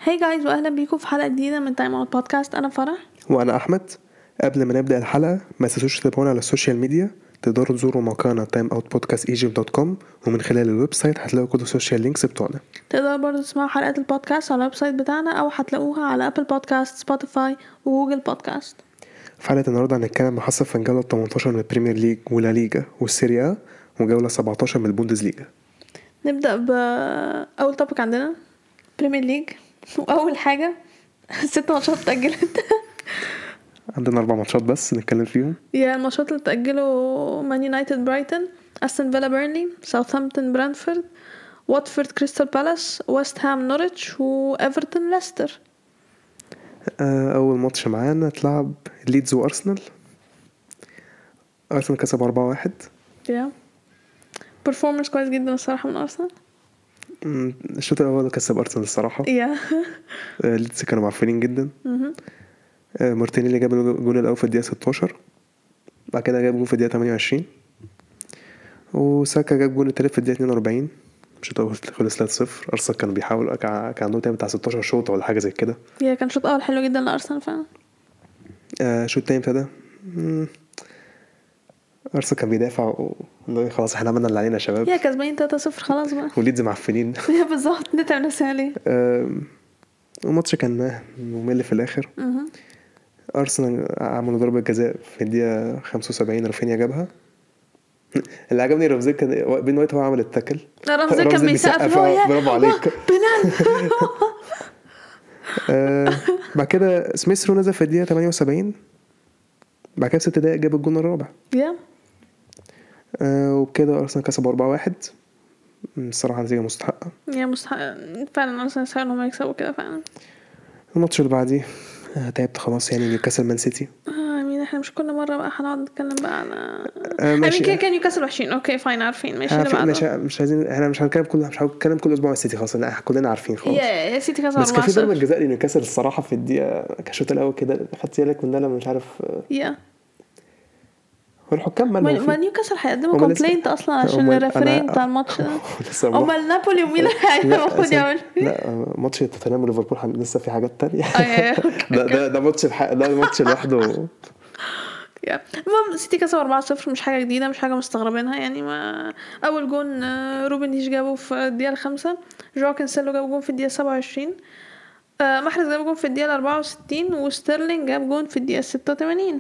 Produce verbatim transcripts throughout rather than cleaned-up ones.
هاي جايز واهلا بيكم في حلقه جديده من تايم اوت بودكاست. انا فرح وانا احمد. قبل ما نبدا الحلقه ما تنسوش تتابعونا على السوشيال ميديا. تقدروا تزوروا موقعنا تايم اوت بودكاست ايجيبت دوت كوم ومن خلال الويب سايت هتلاقوا كل السوشيال لينكس بتوعنا. تقدروا برضو تسمعوا حلقات البودكاست على الويب سايت بتاعنا او هتلاقوها على ابل بودكاست سبوتيفاي وجوجل بودكاست. في حلقه النهارده هنتكلم محصل في الجوله تمنتاشر من البريمير ليج ولا ليجا والسيريا وجوله سبعتاشر من البوندسليجا. نبدا باول توبيك عندنا بريمير ليج. واول حاجه ست ماتشات اتاجلت. عندنا اربع ماتشات بس نتكلم فيهم. يا الماتشات اللي اتاجلوا: مان يونايتد برايتون، استون فيلا بيرنلي، ساوثهامبتون برانفورد، واتفورد كريستال بالاس، ويست هام نوريتش، وايفرتون ليستر. اول ماتش معانا اتلعب ليدز وارسنال. ارسنال كسب أربعة واحد. يا performance كويس جدا الصراحه من ارسنال. الشوط الاول كسب ارسنال الصراحه. يا ليدز كانوا معفنين جدا. مارتينيلي جاب الجول الاول في الدقيقه ستاشر، بعد كده جاب جول في الدقيقه تمنية وعشرين، وساكا جاب جول التالت في الدقيقه اتنين واربعين. مش طول خلص ثلاثة صفر. ارسنال كانوا بيحاولوا، كان عنده تايم بتاع ستاشر شوط ولا حاجه زي كده. يا كان شوط اول حلو جدا لارسنال فعلا. آه شوط تاني ابتدى ارسنال كان بيدافع و... خلاص احنا عملنا اللي علينا يا شباب. يا كسبانين ثلاثة صفر خلاص بقى. وليدز معفنين. يا بالظبط نتعب نفسنا ليه. آه الماتش كان ممل في الاخر. ارسنال عملوا ضربه جزاء في الدقيقه خمسة وسبعين، رافينيا جابها. اللي عجبني رمزي كان بين وايت، هو عمل التاكل. رمزي كان بيسقف له. برافو عليك. بنان. آه بعد كده سميث رو نزل في الدقيقه تمنية وسبعين، بعد كده ست دقايق جاب الجون الرابع. يا آه وبكده ارسنال كسب أربعة واحد. الصراحه نتيجه مستحقه. يا مستحق فعلا. ارسنال يستحقوا انهم يكسبوا كده فعلا. الماتش اللي بعديه تعبت خلاص يعني، نيوكاسل مان سيتي. اه مين احنا مش كل مره بقى هنقعد نتكلم بقى على آه ماشي. كان كان نيوكاسل وحشين. اوكي فاين عارفين. ماشي اللي بعده مش مش عايزين، احنا مش هنتكلم كل مش هنتكلم كل اسبوع على السيتي خلاص، كلنا عارفين خلاص. يا يا سيتي كسب بس كان في ضربه أربعة صفر. جزاء لنيوكاسل الصراحه في الدقيقه كشوط الاول كده، خدت بالك منها لما مش عارف. يا والحكام مالهم ما نيوكاسل هيقدموا هما لسه- كومبلينت اصلا عشان هما- الريفرين أنا- بتاع الماتش ده. لسه والله. امال نابولي ومين اللي لا المفروض أسف- يعمل؟ لا ماتش توتنهام وليفربول حن- لسه في حاجات تانية. آه، يا- ده ده ده ماتش الح... ده ماتش لوحده. يا المهم سيتي كسب أربعة صفر. مش حاجه جديده، مش حاجه مستغربينها يعني. ما اول جون آه، روبن ديش جابه في الدقيقه الخامسة، جواو كانسيلو جاب جون في الدقيقه سبعة وعشرين، آه، محرز جاب جون في الدقيقه أربعة وستين، وستيرلينج جاب جون في الدقيقه ستة وتمانين.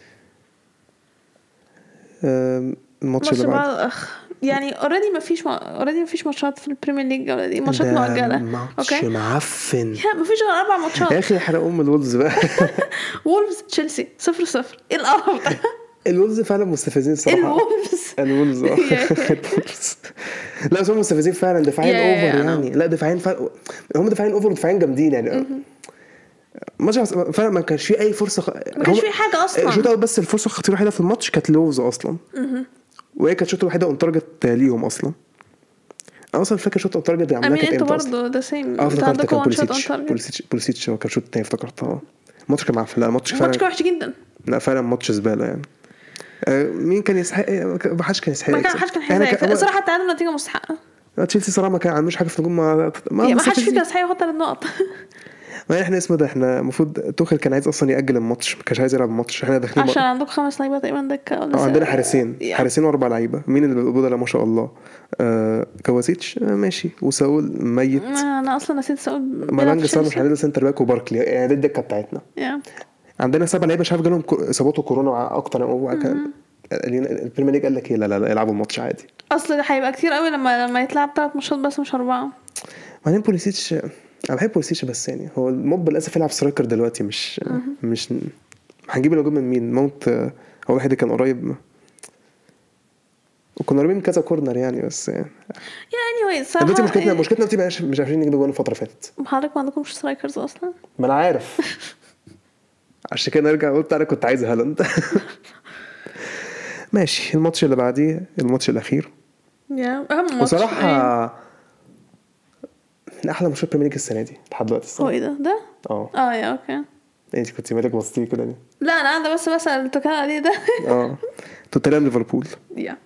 آم، الماتش ماتش اللي بعد بعد اخ يعني اوريدي ما فيش اوريدي ما فيش ماتشات في البريمير ليج ولا دي ماتشات ده مؤجله. ماتش اوكي معفن يا ما فيش غير اربع يا ماتشات. اخي. حرقوا ام الولز بقى. وولفز تشيلسي صفر صفر. ايه القرف ده؟ الولز فعلا مستفزين الصراحه. الوولفز الولز اه. لا بس هم مستفزين فعلا، دفاعين يا- يا- اوفر أنا- يعني. لا دفاعين فعلا، هم دفاعين اوفر ودفاعين جامدين يعني. الماتش فعلا ما كانش فيه اي فرصه خ... ما كانش في حاجه اصلا. الشوط الاول بس الفرصه الخطيره الوحيده في الماتش كانت لوز اصلا. وهي كانت الشوط الوحيده اون تارجت ليهم اصلا. انا اصلا فاكر شوط اون تارجت عملها امين كانت انتوا امتى اصلا. برضه ده سيم. اه انتوا افتكرت عندكم كان وان شوت اون بوليسيتش تارجت. بوليسيتش بوليسيتش هو كان شوط تاني افتكرتها. الماتش كان معفن. لا الماتش الماتش فعلا كان وحش جدا. لا فعلا ماتش زباله يعني. آه، مين كان يستحق؟ ما حدش كان يستحق. ما كان حدش كان حاسس الصراحه. التعادل نتيجه مستحقه. تشيلسي صراحه ما كان عندوش حاجه في الهجوم. ما ما حدش فينا ما يستحق ياخد ثلاث نقط. ما احنا اسمه ده، احنا المفروض توخيل كان عايز اصلا ياجل الماتش، ما كانش عايز يلعب الماتش. احنا داخلين عشان عندكم خمس لعيبه تقريبا دكه اه عندنا حارسين يا. حارسين واربع لعيبه. مين اللي بدله ما شاء الله؟ آه كوازيتش آه ماشي، وساول ميت. انا اصلا نسيت اقول مالانج صار مش هننزل سنتر باك وباركلي يعني. دي الدكه بتاعتنا. يا عندنا سبع لعيبه شايف جالهم اصابات وكورونا اكتر. هو كان البريمير ليج قال لك ايه، لا لا لا يلعبوا الماتش عادي. اصل هيبقى كتير قوي لما لما يتلعب ثلاث ماتشات بس مش اربعه. بعدين بوليسيتش انا بحب بوليسيتش بس يعني هو الموب للاسف يلعب سترايكر دلوقتي. مش مش هنجيب الهجوم من مين؟ ماونت هو الوحيد اللي كان قريب، وكنا قريبين من كذا كورنر يعني. بس يعني يعني صراحه دلوقتي مشكلتنا مشكلتنا دلوقتي مش مش عارفين نجيب جول الفتره اللي فاتت. حضرتك ما عندكمش سترايكرز اصلا. ما انا عارف. عشان كده نرجع قلت انا كنت عايز هالاند. ماشي. الماتش اللي بعديه الماتش الاخير يا اهم ماتش بصراحه من احلى ماتشات البريمير ليج السنه دي لحد دلوقتي هو الصراحه. ايه ده ده اه اه يا اوكي. انت كنت مالك بصتي كده ليه؟ لا انا قاعده بس بسال انتوا كان عليه ده. اه توتنهام ليفربول. يا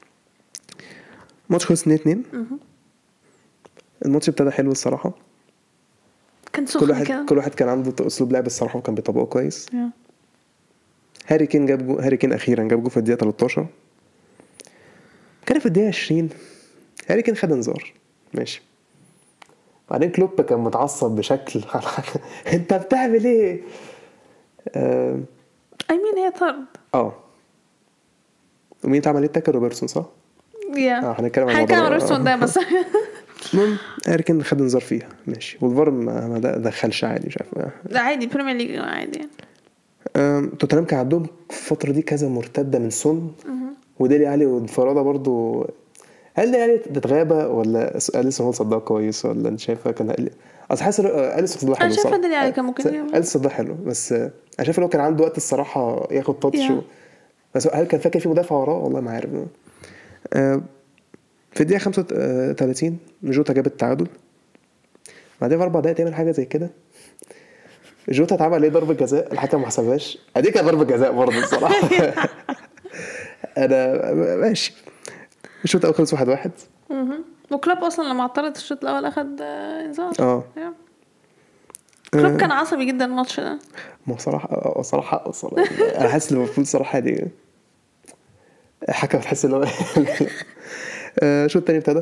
ماتش خلص اتنين اتنين. الماتش ابتدى حلو الصراحه. كان كل سخن واحد كده. كل واحد كان عنده اسلوب لعب الصراحه وكان بيطبقه كويس. Yeah. هاري كين جاب جو هاري كين اخيرا جاب جو في الدقيقه تلتاشر. كان في الدقيقه عشرين هاري كين خد انذار ماشي. بعدين كلوب كان متعصب بشكل انت بتعمل ايه؟ اه I mean هي طرد. اه ومين اتعمل التاكل؟ روبرتسون صح. Yeah. اه هنتكلم عن هنتكلم عن الموضوع روبرتسون ده بس. المهم هاري كين خد انذار فيها ماشي. والفار ما ما دخلش عادي مش عارف. ده عادي بريمير ليج عادي يعني. أم، توتنهام كان عندهم الفترة دي كذا مرتدة من سون وديلي علي وانفرادة برضو. هل ده يعني تتغابى ولا أليسون هو صدها كويس ولا انت شايفه كان اصل حاسس أليسون صدها حلو؟ انا شايفه ديلي علي كان ممكن يعمل. أليسون صدها حلو بس انا شايف انه كان عنده وقت الصراحة ياخد تاتش Yeah. و... بس هل كان فاكر في مدافع وراه والله ما عارف. أه، في الدقيقة خمسة وتلاتين جوتا جاب التعادل. بعدين في أربع دقايق تعمل حاجة زي كده. جوتا اتعمل عليه ضربة جزاء الحكم ما حسبهاش. ادي كانت ضربة جزاء برضه الصراحة. انا ماشي. الشوط الاول خلص واحد واحد. اها وكلوب اصلا لما اعترض الشوط الاول اخد آه، انذار. اه Yeah. كلوب كان عصبي جدا الماتش ده. ما هو صراحة صراحة صراحة انا حاسس ليفربول صراحة دي حكم تحس ان هو الشوط الثاني ابتدى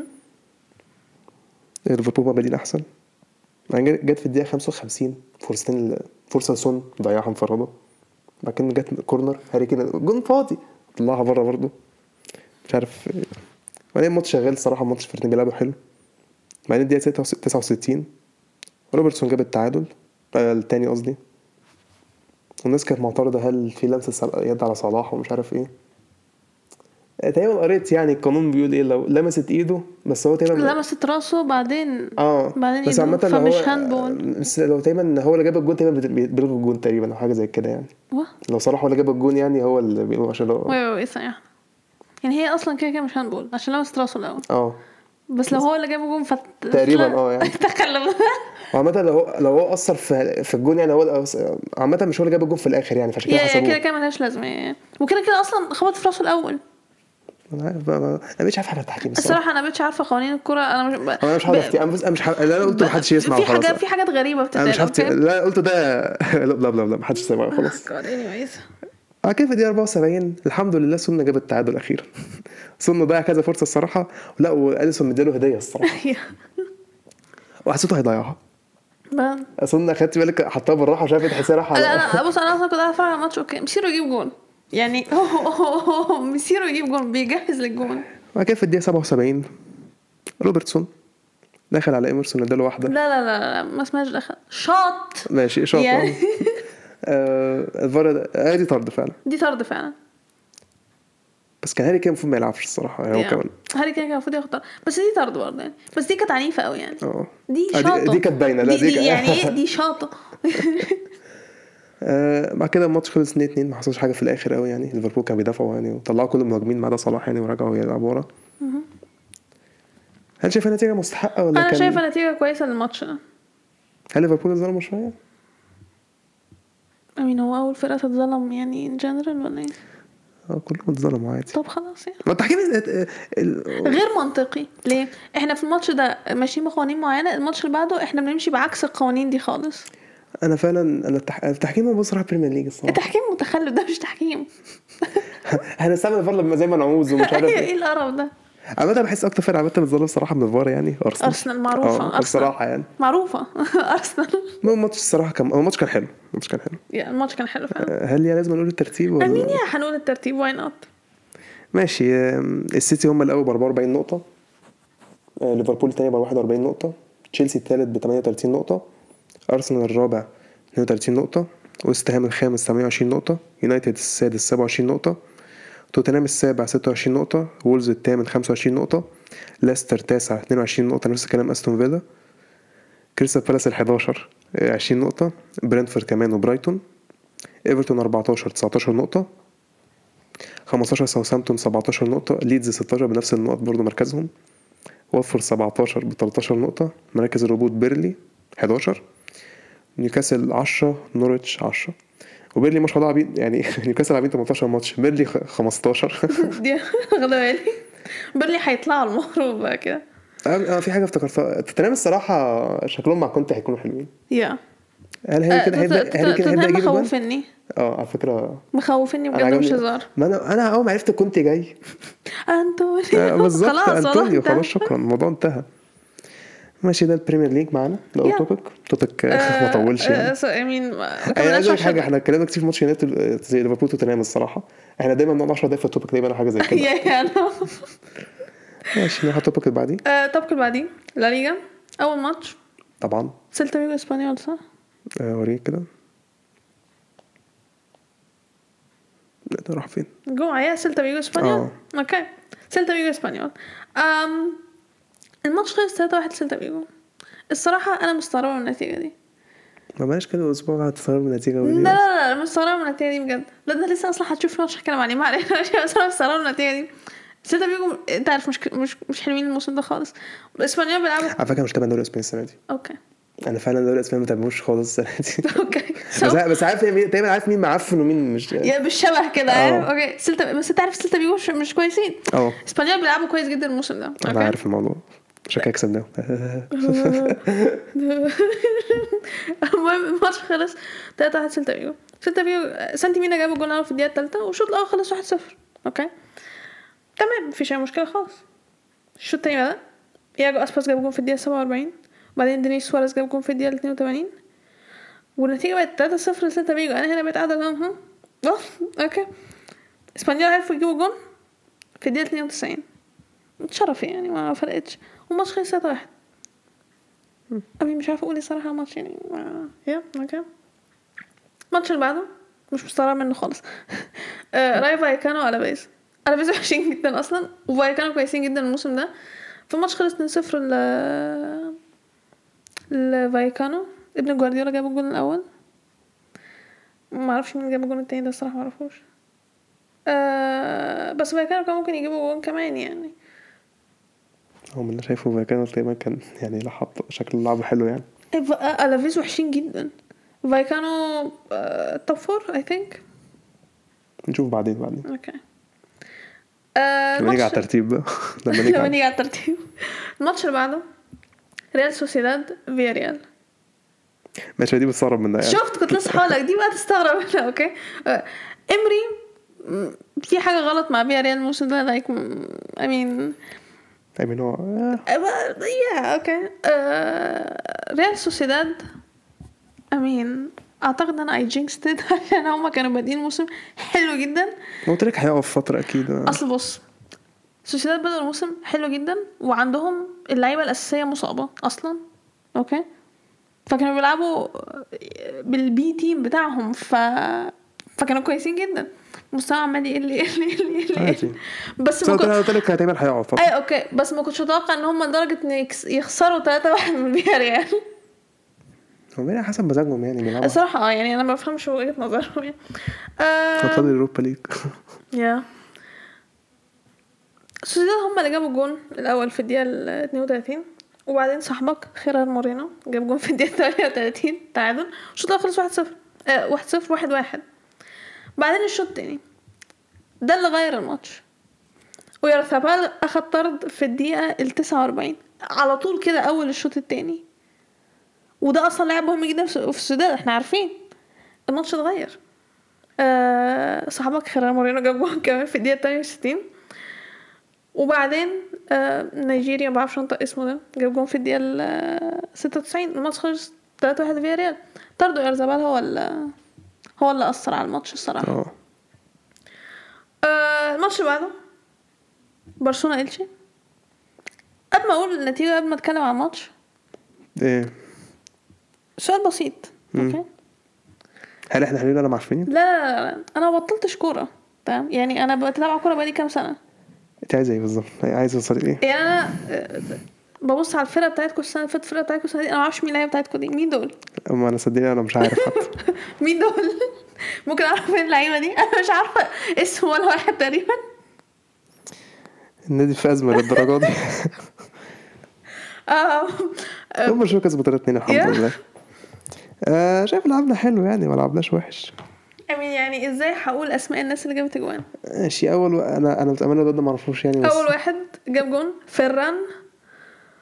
ليفربول ما بدين احسن. بعدين جت في الدقيقة خمسة وخمسين فرصتين فرصة سون ضيعها انفرادة. بعد كده جت كورنر هاري كين جون فاضي طلعها بره برضه مش عارف. بعدين الماتش شغال صراحة. الماتش فريقين بيلعبوا حلو. بعدين الدقيقة تسعة وستين روبرتسون جاب التعادل آه الثاني قصدي. والناس كانت معترضة هل في لمسة يد على صلاح ومش عارف ايه. تقريبا قريت يعني القانون بيقول ايه لو لمست ايده بس هو تقريبا لمست راسه بعدين اه بعدين بس إيده، عامة لو فمش هو هاندبول. بس لو تقريبا هو اللي جاب الجون تقريبا بيلغي الجون تقريبا او حاجة زي كده يعني. واه لو صلاح هو اللي جاب الجون يعني هو اللي بيلغي عشان لو وي وي ثانية يعني هي اصلا كده كده مش هاندبول عشان لمست راسه الاول. اه بس لو هو اللي جاب جون فت تقريبا اه يعني تكلم. عامة لو هو لو هو اثر في في الجون يعني هو عامة مش هو اللي جاب الجون في الاخر يعني فعشان كده يا حسبوه. كده كده ملهاش لازمه يعني. وكده كده اصلا خبط في راسه الاول. انا عارف بقى- انا مش عارف حاجه التحكيم الصراحه. الصراحه انا مش عارفه قوانين الكوره. انا مش هو انا مش عارف افتي. انا بس انا مش عارف اللي انا قلته محدش يسمع في خلاص. حاجات في حاجات غريبه انا بتتقال. مش عارف اوكي اللي انا قلته ده لا لا لا محدش يسمع خلاص. God anyways. اه كيف دي أربعة وسبعين الحمد لله سون جاب التعادل اخيرا. سون ضيع كذا فرصه الصراحه. لا واليسون مديله هديه الصراحه وحسيته هيضيعها. بان سون اخدت بالك حطها بالراحه شافت تحسها راح لا انا بص انا اصلا كنت قاعده اتفرج على الماتش. اوكي مسيرو يجيب جون يعني. هو هو مسيرو يجيب جون بيجهز للجون. وبعد كده في الدقيقه سبعة وسبعين روبرتسون دخل على ايمرسون اداله واحده. لا لا لا, لا ما اسمهاش دخل شاط ماشي شاط يعني. آه الفار ادي طرد فعلا. دي طرد فعلا. بس كان هاري كان المفروض ما يلعبش الصراحه يعني هو كمان. هاري كان المفروض ياخد طرد بس دي طرد برضه يعني. بس دي كانت عنيفه قوي يعني. اه دي آه، شاطه دي, دي كانت باينه. لا دي, دي, دي كان- يعني ايه دي شاطه. آه بعد كده الماتش خلص اتنين اتنين ما حصلش حاجه في الاخر قوي يعني. ليفربول كان بيدافعوا يعني وطلعوا كل المهاجمين ما عدا صلاح يعني ورجعوا يلعبوا ورا. هل شايف النتيجه مستحقه ولا انا كان شايفه نتيجه كويسه للماتش ده. هل ليفربول ظلموا شويه؟ امين هو اول فرقه تتظلم يعني ان جنرال ولا ايه؟ اه كلهم اتظلموا عادي. طب خلاص يعني ما التحكيم ال- ال- غير منطقي. ليه احنا في الماتش ده ماشيين بقوانين معينه. الماتش اللي بعده احنا بنمشي بعكس القوانين دي خالص. انا فعلا انا التح... التحكيم هو بصراحه بريمير ليج الصراحه. التحكيم متخلف ده مش تحكيم. هنستعمل الفار زي ما نعوز ومش عارف ايه ايه. القرف ده. عامه بحس اكتر فرقه عامه بتظلم الصراحه من الفار يعني ارسنال. ارسنال معروفه. اه ارسنال الصراحه يعني معروفه. ارسنال المهم الماتش الصراحه كان هو الماتش كان حلو. الماتش كان حلو. يا الماتش كان حلو فعلا. هل يا لازم نقول الترتيب ولا امين يا هنقول الترتيب واي نوت. ماشي. آم، السيتي هم الاول ب أربعة وأربعين نقطه. آه، ليفربول الثاني ب واحد وأربعين نقطه. تشيلسي الثالث ب ثمانية وثلاثين نقطه. ارسنال الرابع اثنين وثلاثين نقطه. وست هام الخامس ثمانية وعشرين نقطه. يونايتد السادس سبعة وعشرين نقطه. توتنهام السابع ستة وعشرين نقطه. وولز الثامن خمسة وعشرين نقطه. ليستر تاسع اثنين وعشرين نقطه نفس الكلام استون فيلا. كريستال بالاس الحداشر عشرين نقطه. برنتفورد كمان وبرايتون. ايفرتون أربعتاشر تسعتاشر نقطه. خمستاشر ساوثهامبتون سبعتاشر نقطه. ليدز ستاشر بنفس النقط برضو مركزهم. واتفورد سبعتاشر ب تلتاشر نقطه. مراكز الهبوط بيرلي حداشر. نيوكاسل عشرة. نورwich عشرة. وبيرلي ما شاء الله عبين يعني نيوكاسل عبين تمنتاشر ماتش. بيرلي خمستاشر. دي واخده بالي. بيرلي هيطلعوا المغرب بقى كده. اه في حاجه افتكرتها، توتنهام الصراحه شكلهم مع كونتي هيكونوا حلوين. يا هل هاري كده هيبدا هاري كده هيبدا توتنهام يجيب جوان؟ مخوفني اه على فكره مخوفني انا بجد، مش عجبني. هزار. ما انا انا اول ما عرفت كونتي جاي آه انتونيو بالظبط خلاص والله انطونيو انتهى. خلاص شكرا الموضوع انتهى. ماشي ده البريمير ليج معانا ده Yeah. توبيك توبيك ما طولش يعني. I mean ما انا عايز كملناش اقول لك حاجه، عشان احنا اتكلمنا كتير في ماتش يونايتد زي ليفربول توتنهام الصراحه، احنا دايما بنقعد عشر دقايق في التوبيك دايما حاجه زي كده. يا يا أنا. ماشي نروح التوبيك اللي بعديه. آه، طب كل بعدين لا ليجا اول ماتش طبعا سيلتا فيجو اسبانيول صح؟ آه، وريك كده نقدر نروح فين. جمعة يا سيلتا فيجو اسبانيول. اه اوكي سيلتا فيجو اسبانيول. أم الماتش خلص ثلاثة واحد سيلتا فيجو. الصراحة أنا مستغربة من النتيجة دي. ما بقاش كده الاسبوع بعد تستغرب من النتيجه لا ودي. لا لا لا، مستغربة من النتيجة دي بجد. لا ده لسه أصلا هتشوف ماتش هتكلم عليه ما علينا. بس أنا مستغربة من النتيجة دي. سيلتا فيجو أنت عارف مش مش مش حلوين الموسم ده خالص. الإسبانيول بيلعبوا. على فكره مش تابع الدوري الاسباني السنه دي. اوكي انا فعلا الدوري الاسباني ما تابعوش خالص السنه دي. اوكي بس بس عارف مين- دايما عارف مين معفن ومين مش. يا بالشبه كده عارف. اه. اوكي سيلتا بس انت عارف سيلتا فيجو مش, مش كويسين. اه اسبانيول بيلعبوا كويس جدا الموسم ده. انا اوكي عارف الموضوع شكلك هكسب ده. المهم الماتش خلص ثلاثة واحد سيلتا فيجو. سيلتا فيجو سانتي مينا جاب الجول الاول في الدقيقه الثالثه والشوط الاول خلص واحد صفر. اوكي تمام مفيش اي مشكله خالص. الشوط الثاني بدا ياجو اسباس جاب جول في الدقيقه سبعة وأربعين وبعدين دينيس سواريز جاب جول في الدقيقه اثنين وثمانين والنتيجه بقت ثلاثة صفر لسيلتا فيجو. انا هنا بقيت قاعده اها اوكي اسبانيول عرفوا يجيبوا جول في الدقيقه اثنين وتسعين شرفي يعني ما فرقتش والماتش خلص ثلاثة واحد. أبي مش عارفة أقول إيه صراحة ماتش يعني ما... يا أوكي الماتش اللي بعده مش مستغرب منه خالص. آه، راي فايكانو على بيز على بيز وحشين جدا أصلا وفايكانو كويسين جدا الموسم ده. في الماتش خلص اثنين صفر ل لفايكانو. ابن جوارديولا جاب الجول الأول ما أعرفش مين جاب الجول التاني ده الصراحة ما أعرفوش. آه، بس فايكانو كان ممكن يجيبوا جول كمان يعني. هو من اللي شايفه كان تقريبا كان يعني لحظ شكل اللعب حلو يعني. ألافيز وحشين جدا. فايكانو توب فور I think. نشوف بعدين بعدين اوكي آه لما نيجي على الترتيب بقى. لما نيجي لما على نيجي على الترتيب الماتش اللي بعده ريال سوسيداد فيا ريال. ماشي دي بتستغرب منها يعني. شفت كنت لسه حالك دي بقى تستغرب منها. اوكي آه، امري م، في حاجه غلط مع فيا ريال الموسم ده لايك I mean I mean هو آه، يا اوكي آه، ريال سوسيداد I mean اعتقد انا اي جينكستد عشان هما كانوا بادئين الموسم حلو جدا. قلت لك هيقف فتره اكيد. اصل بص سوسيداد بدأوا الموسم حلو جدا وعندهم اللعيبه الاساسيه مصابه اصلا. اوكي فكانوا بيلعبوا بالبي تيم بتاعهم ف فكانوا كويسين جدا. مستوى عمال يقل يقل يقل يقل عادي. بس بس ما قلت كنت... لك هتعمل هيقف فتره. اي اوكي بس ما كنتش اتوقع ان هم لدرجه ان يكس... يخسروا ثلاثة واحد من فيا ريال. هو بيلعب حسب مزاجهم يعني بيلعبوا. الصراحه اه يعني انا ما بفهمش وجهه نظرهم يعني. ابطال اليوروبا ليج. يا سوسيداد هم اللي جابوا الجون الاول في الدقيقه اثنين وثلاثين وبعدين صاحبك خيرار مورينو جاب جون في الدقيقه ثمانية وثلاثين تعادل. الشوط الاول خلص واحد صفر آه واحد صفر واحد واحد. بعدين الشوط الثاني ده اللي غير الماتش ويارثابال اخذ طرد في الدقيقه التسعة وأربعين على طول كده اول الشوط الثاني وده اصلا لاعب مهم جدا في السودان احنا عارفين. الماتش اتغير. آه صاحبك خيرار مورينو جاب جون كمان في الدقيقه ثمانية وستين وبعدين آه نيجيريا ما بعرفش انطق اسمه ده جاب جون في الدقيقه ستة وتسعين. الماتش خلص ثلاثة واحد فيا ريال. طردوا يارزابال هو اللي هو اللي اثر على الماتش الصراحه. اه آه الماتش اللي بعده برشلونه إلشي. قبل ما اقول النتيجه قبل ما اتكلم عن الماتش ايه سؤال بسيط. اوكي هل احنا حلوين ولا معفنين؟ لا لا لا انا ما بطلتش كوره تمام يعني انا بتابع كوره بقالي كام سنه. انت عايز ايه بالظبط؟ عايز توصل ايه؟ يعني انا آه، ببص على الفرقه بتاعتكم السنه اللي فاتت الفرقه بتاعتكم السنه دي انا ما اعرفش مين اللعيبه بتاعتكم دي مين دول. اما انا صدقني انا مش عارف حتى. مين دول؟ ممكن اعرف مين اللعيبه دي؟ انا مش عارفه اسم ولا واحد تقريبا. النادي في ازمه للدرجه دي. اه هم شو كسبوا ثلاثة اتنين الحمد يا. لله. آه شايف لعبنا حلو يعني ما لعبناش وحش. امين يعني ازاي هقول اسماء الناس اللي جابت اجوان. ماشي اول و... انا انا متامل ده ما اعرفوش يعني بس اول واحد جاب جون فيران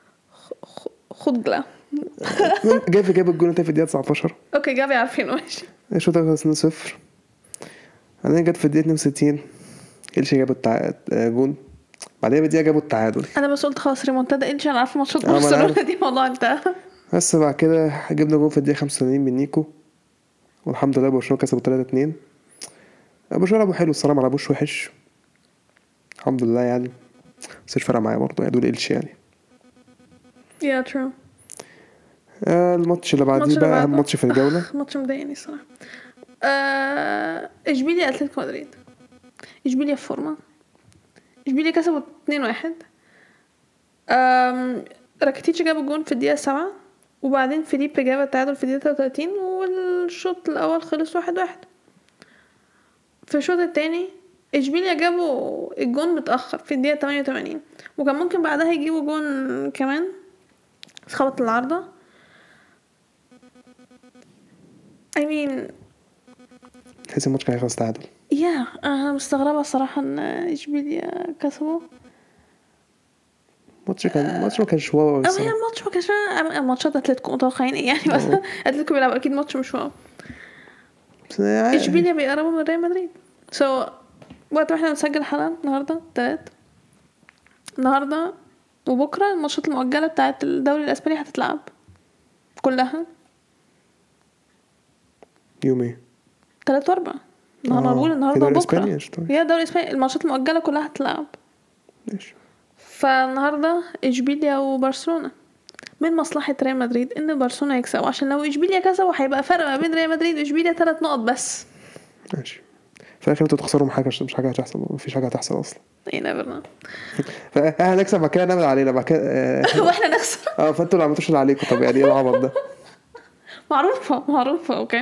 خد جلا. جافي جاب الجون في الدقيقه تسعتاشر. اوكي جافي عارفين ماشي. الشوط خلص اتنين صفر. بعدين جت في الدقيقه اتنين وستين إلشي جاب التع... جون. بعدين بدقيقه جابوا التعادل. انا بس قلت خلاص ريمونتادا إلشي، انا عارفه ماتشات آه، ما أنا برشلونه عارف. دي موضوع انتهى. بس بعد كده جبنا جون في الدقيقه خمسة وثمانين من نيكو، والحمد لله برشلونه كسبوا تلاتة اتنين. برشلونه لعبوا حلو الصراحه، ما لعبوش وحش الحمد لله يعني. بس مش فارقه معايا برضه يعني، دول إلشي يعني. يا ترو. آه الماتش اللي الماتش بعديه اللي بقى اهم بعده. ماتش في الجوله. ماتش مضايقني الصراحه. آه... اشبيليا اتلتيكو مدريد. اشبيليا في فورمه. اشبيليا كسبوا اتنين واحد. أم... راكيتيتش جاب الجون في الدقيقه سبعة، وبعدين فيليب جاب التعادل في الدقيقه تلاتة وتلاتين، والشوط الاول خلص واحد واحد. في الشوط الثاني اشبيليا جابوا الجون متاخر في الدقيقه تمانية وتمانين، وكان ممكن بعدها يجيبوا جون كمان، خبط العارضه. I mean تحس الماتش كان هيخلص تعادل. يا انا مستغربه الصراحه ان اشبيليا كسبوا. الماتش كان الماتش ما كانش واو او هي الصراحه. الماتش ما كانش ماتشات اتلتيكو متوقعين ايه يعني، بس أه. اتلتيكو بيلعب اكيد ماتش مش واو. بس يعني اشبيليا بيقربوا من ريال مدريد. سو so, وقت ما احنا بنسجل حلقه النهارده تلات النهارده وبكره الماتشات المؤجله بتاعه الدوري الاسباني هتتلعب كلها يوم ايه؟ تلات واربع. النهارده آه، بقول في النهارده دوري وبكره. إسبانيا، قشطة. يا دوري اسبانيا الماتشات المؤجله كلها هتتلعب. ماشي. فالنهارده اشبيليا وبرشلونه. من مصلحه ريال مدريد ان برشلونه يكسب، عشان لو اشبيليا كسبوا هيبقى فرق ما بين ريال مدريد واشبيليا ثلاث نقط بس. ماشي. في الاخر انتوا تخسروا من حاجه، مش حاجه هتحصل، مفيش حاجه هتحصل اصلا. ايه نيفر. فاحنا هنكسب بعد كده نعمل علينا بعد كده. آه، واحنا نخسر. اه فانتوا اللي عملتوش اللي عليكم. طب يعني ايه العبط ده؟ معروفه معروفه. اوكي.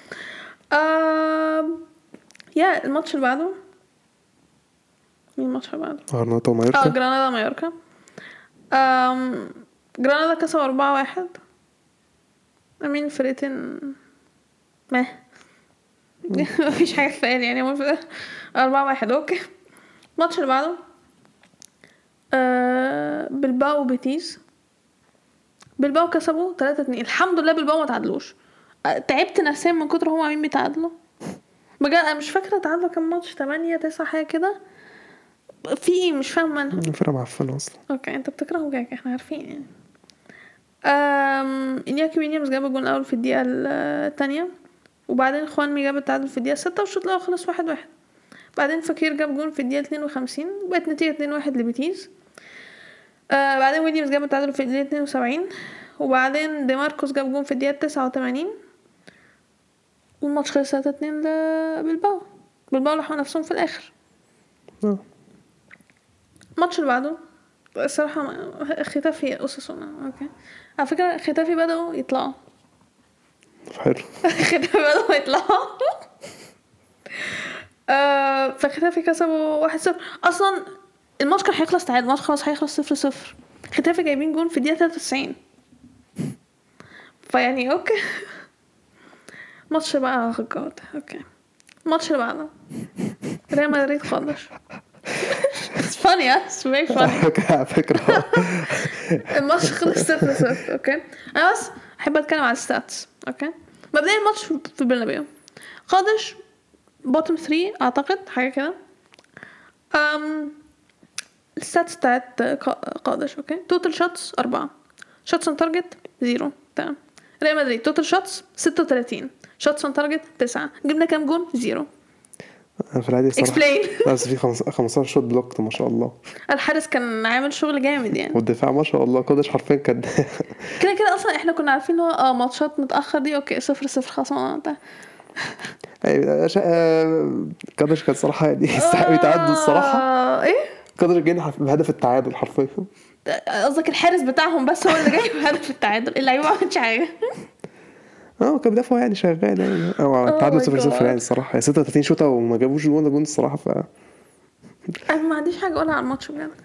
آم... يا الماتش اللي بعده مين الماتش اللي بعده؟ غرناطه اه ومايوركا. جرانادا مايوركا. آم... جرانادا كسب أربعة واحد. امين فرقتين ما مفيش حاجه في يعني يعني أربعة واحد. اوكي. الماتش اللي بعده آه... بلباو بيتيز. بلباو كسبوا تلاتة اتنين. الحمد لله بلباو ما تعادلوش. آه، تعبت نفسيا من كتر هم عاملين بيتعادلوا بجد. انا مش فاكره تعادلوا كام ماتش، تمانية تسعة حاجه كده. في ايه مش فاهمه انا. فرقه معفنه اصلا. اوكي انت بتكرهه جاك، احنا عارفين يعني. امم انياكي ويليامز جاب الجون الاول في الدقيقه الثانيه، وبعدين خوانمي جاب التعادل في الدقيقه ستة، والشوط الاول خلص واحد واحد. بعدين فكير جاب جون في الدقيقه اتنين وخمسين، بقت نتيجه اتنين واحد لبيتيز. آه بعدين ويليامز جاب التعادل في الدقيقه اتنين وسبعين، وبعدين دي ماركوس جاب جون في الدقيقه تسعة وتمانين، والماتش خلص تلاتة اتنين لبلباو. بلباو لحقوا نفسهم في الاخر. اه الماتش اللي بعده الصراحه ما- ختافي اساسنا. اوكي على فكره ختافي بدأوا يطلعوا. حلو. ختافي بدأوا يطلعوا. آه فختافي كسبوا واحد صفر. اصلا الماتش كان هيخلص تعادل، الماتش خلاص هيخلص صفر صفر. ختافي جايبين جون في الدقيقه تلاتة وتسعين. فيعني اوكي. ماتش بقى غلط. اوكي الماتش اللي بعده ريال مدريد خالص. It's funny yeah it's very funny. على فكره الماتش خلص صفر صفر. اوكي انا بس احب اتكلم على الستاتس. اوكي مبدئيا الماتش في البرنابيو قادش بوتم ثلاثة اعتقد حاجه كده. ام الستاتس بتاعت قا- قادش. اوكي توتال شوتس أربعة، شوتس اون تارجت زيرو. تمام. ريال مدريد توتال شوتس ستة وتلاتين، شوتس اون تارجت تسعة. جبنا كام جون؟ زيرو. في العادي صراحه Explain. بس في خمس- خمستاشر شوت بلوكت ما شاء الله. الحارس كان عامل شغل جامد يعني. والدفاع ما شاء الله قدش حرفيا كان كده كده اصلا احنا كنا عارفين هو اه ماتشات متاخر دي اوكي صفر صفر خلاص ما انت أيوة، شا- آه، قدش كان صراحه يعني يستحق يتعادل الصراحه. آه، ايه قدر جاي بهدف التعادل حرفيا. قصدك الحارس بتاعهم بس هو اللي جاي بهدف التعادل، اللعيبه ما عملتش حاجه. اه كان بيدافعوا يعني شغال يعني. او Oh التعادل my صفر صفر God. يعني الصراحه ستة وتلاتين شوطه وما جابوش جون جون الصراحه. ف انا ما عنديش حاجه اقولها على الماتش بجد.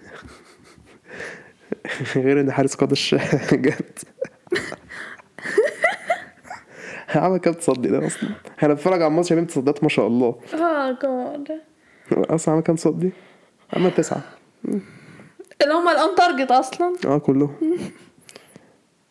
غير ان حارس قدش جامد. عمل كام تصدي ده اصلا؟ احنا بنتفرج على الماتش شايفين تصديات ما شاء الله. اه جاد اصلا عمل كام تصدي؟ عمل تسعة. اللي هم الان تارجت اصلا. اه كلهم.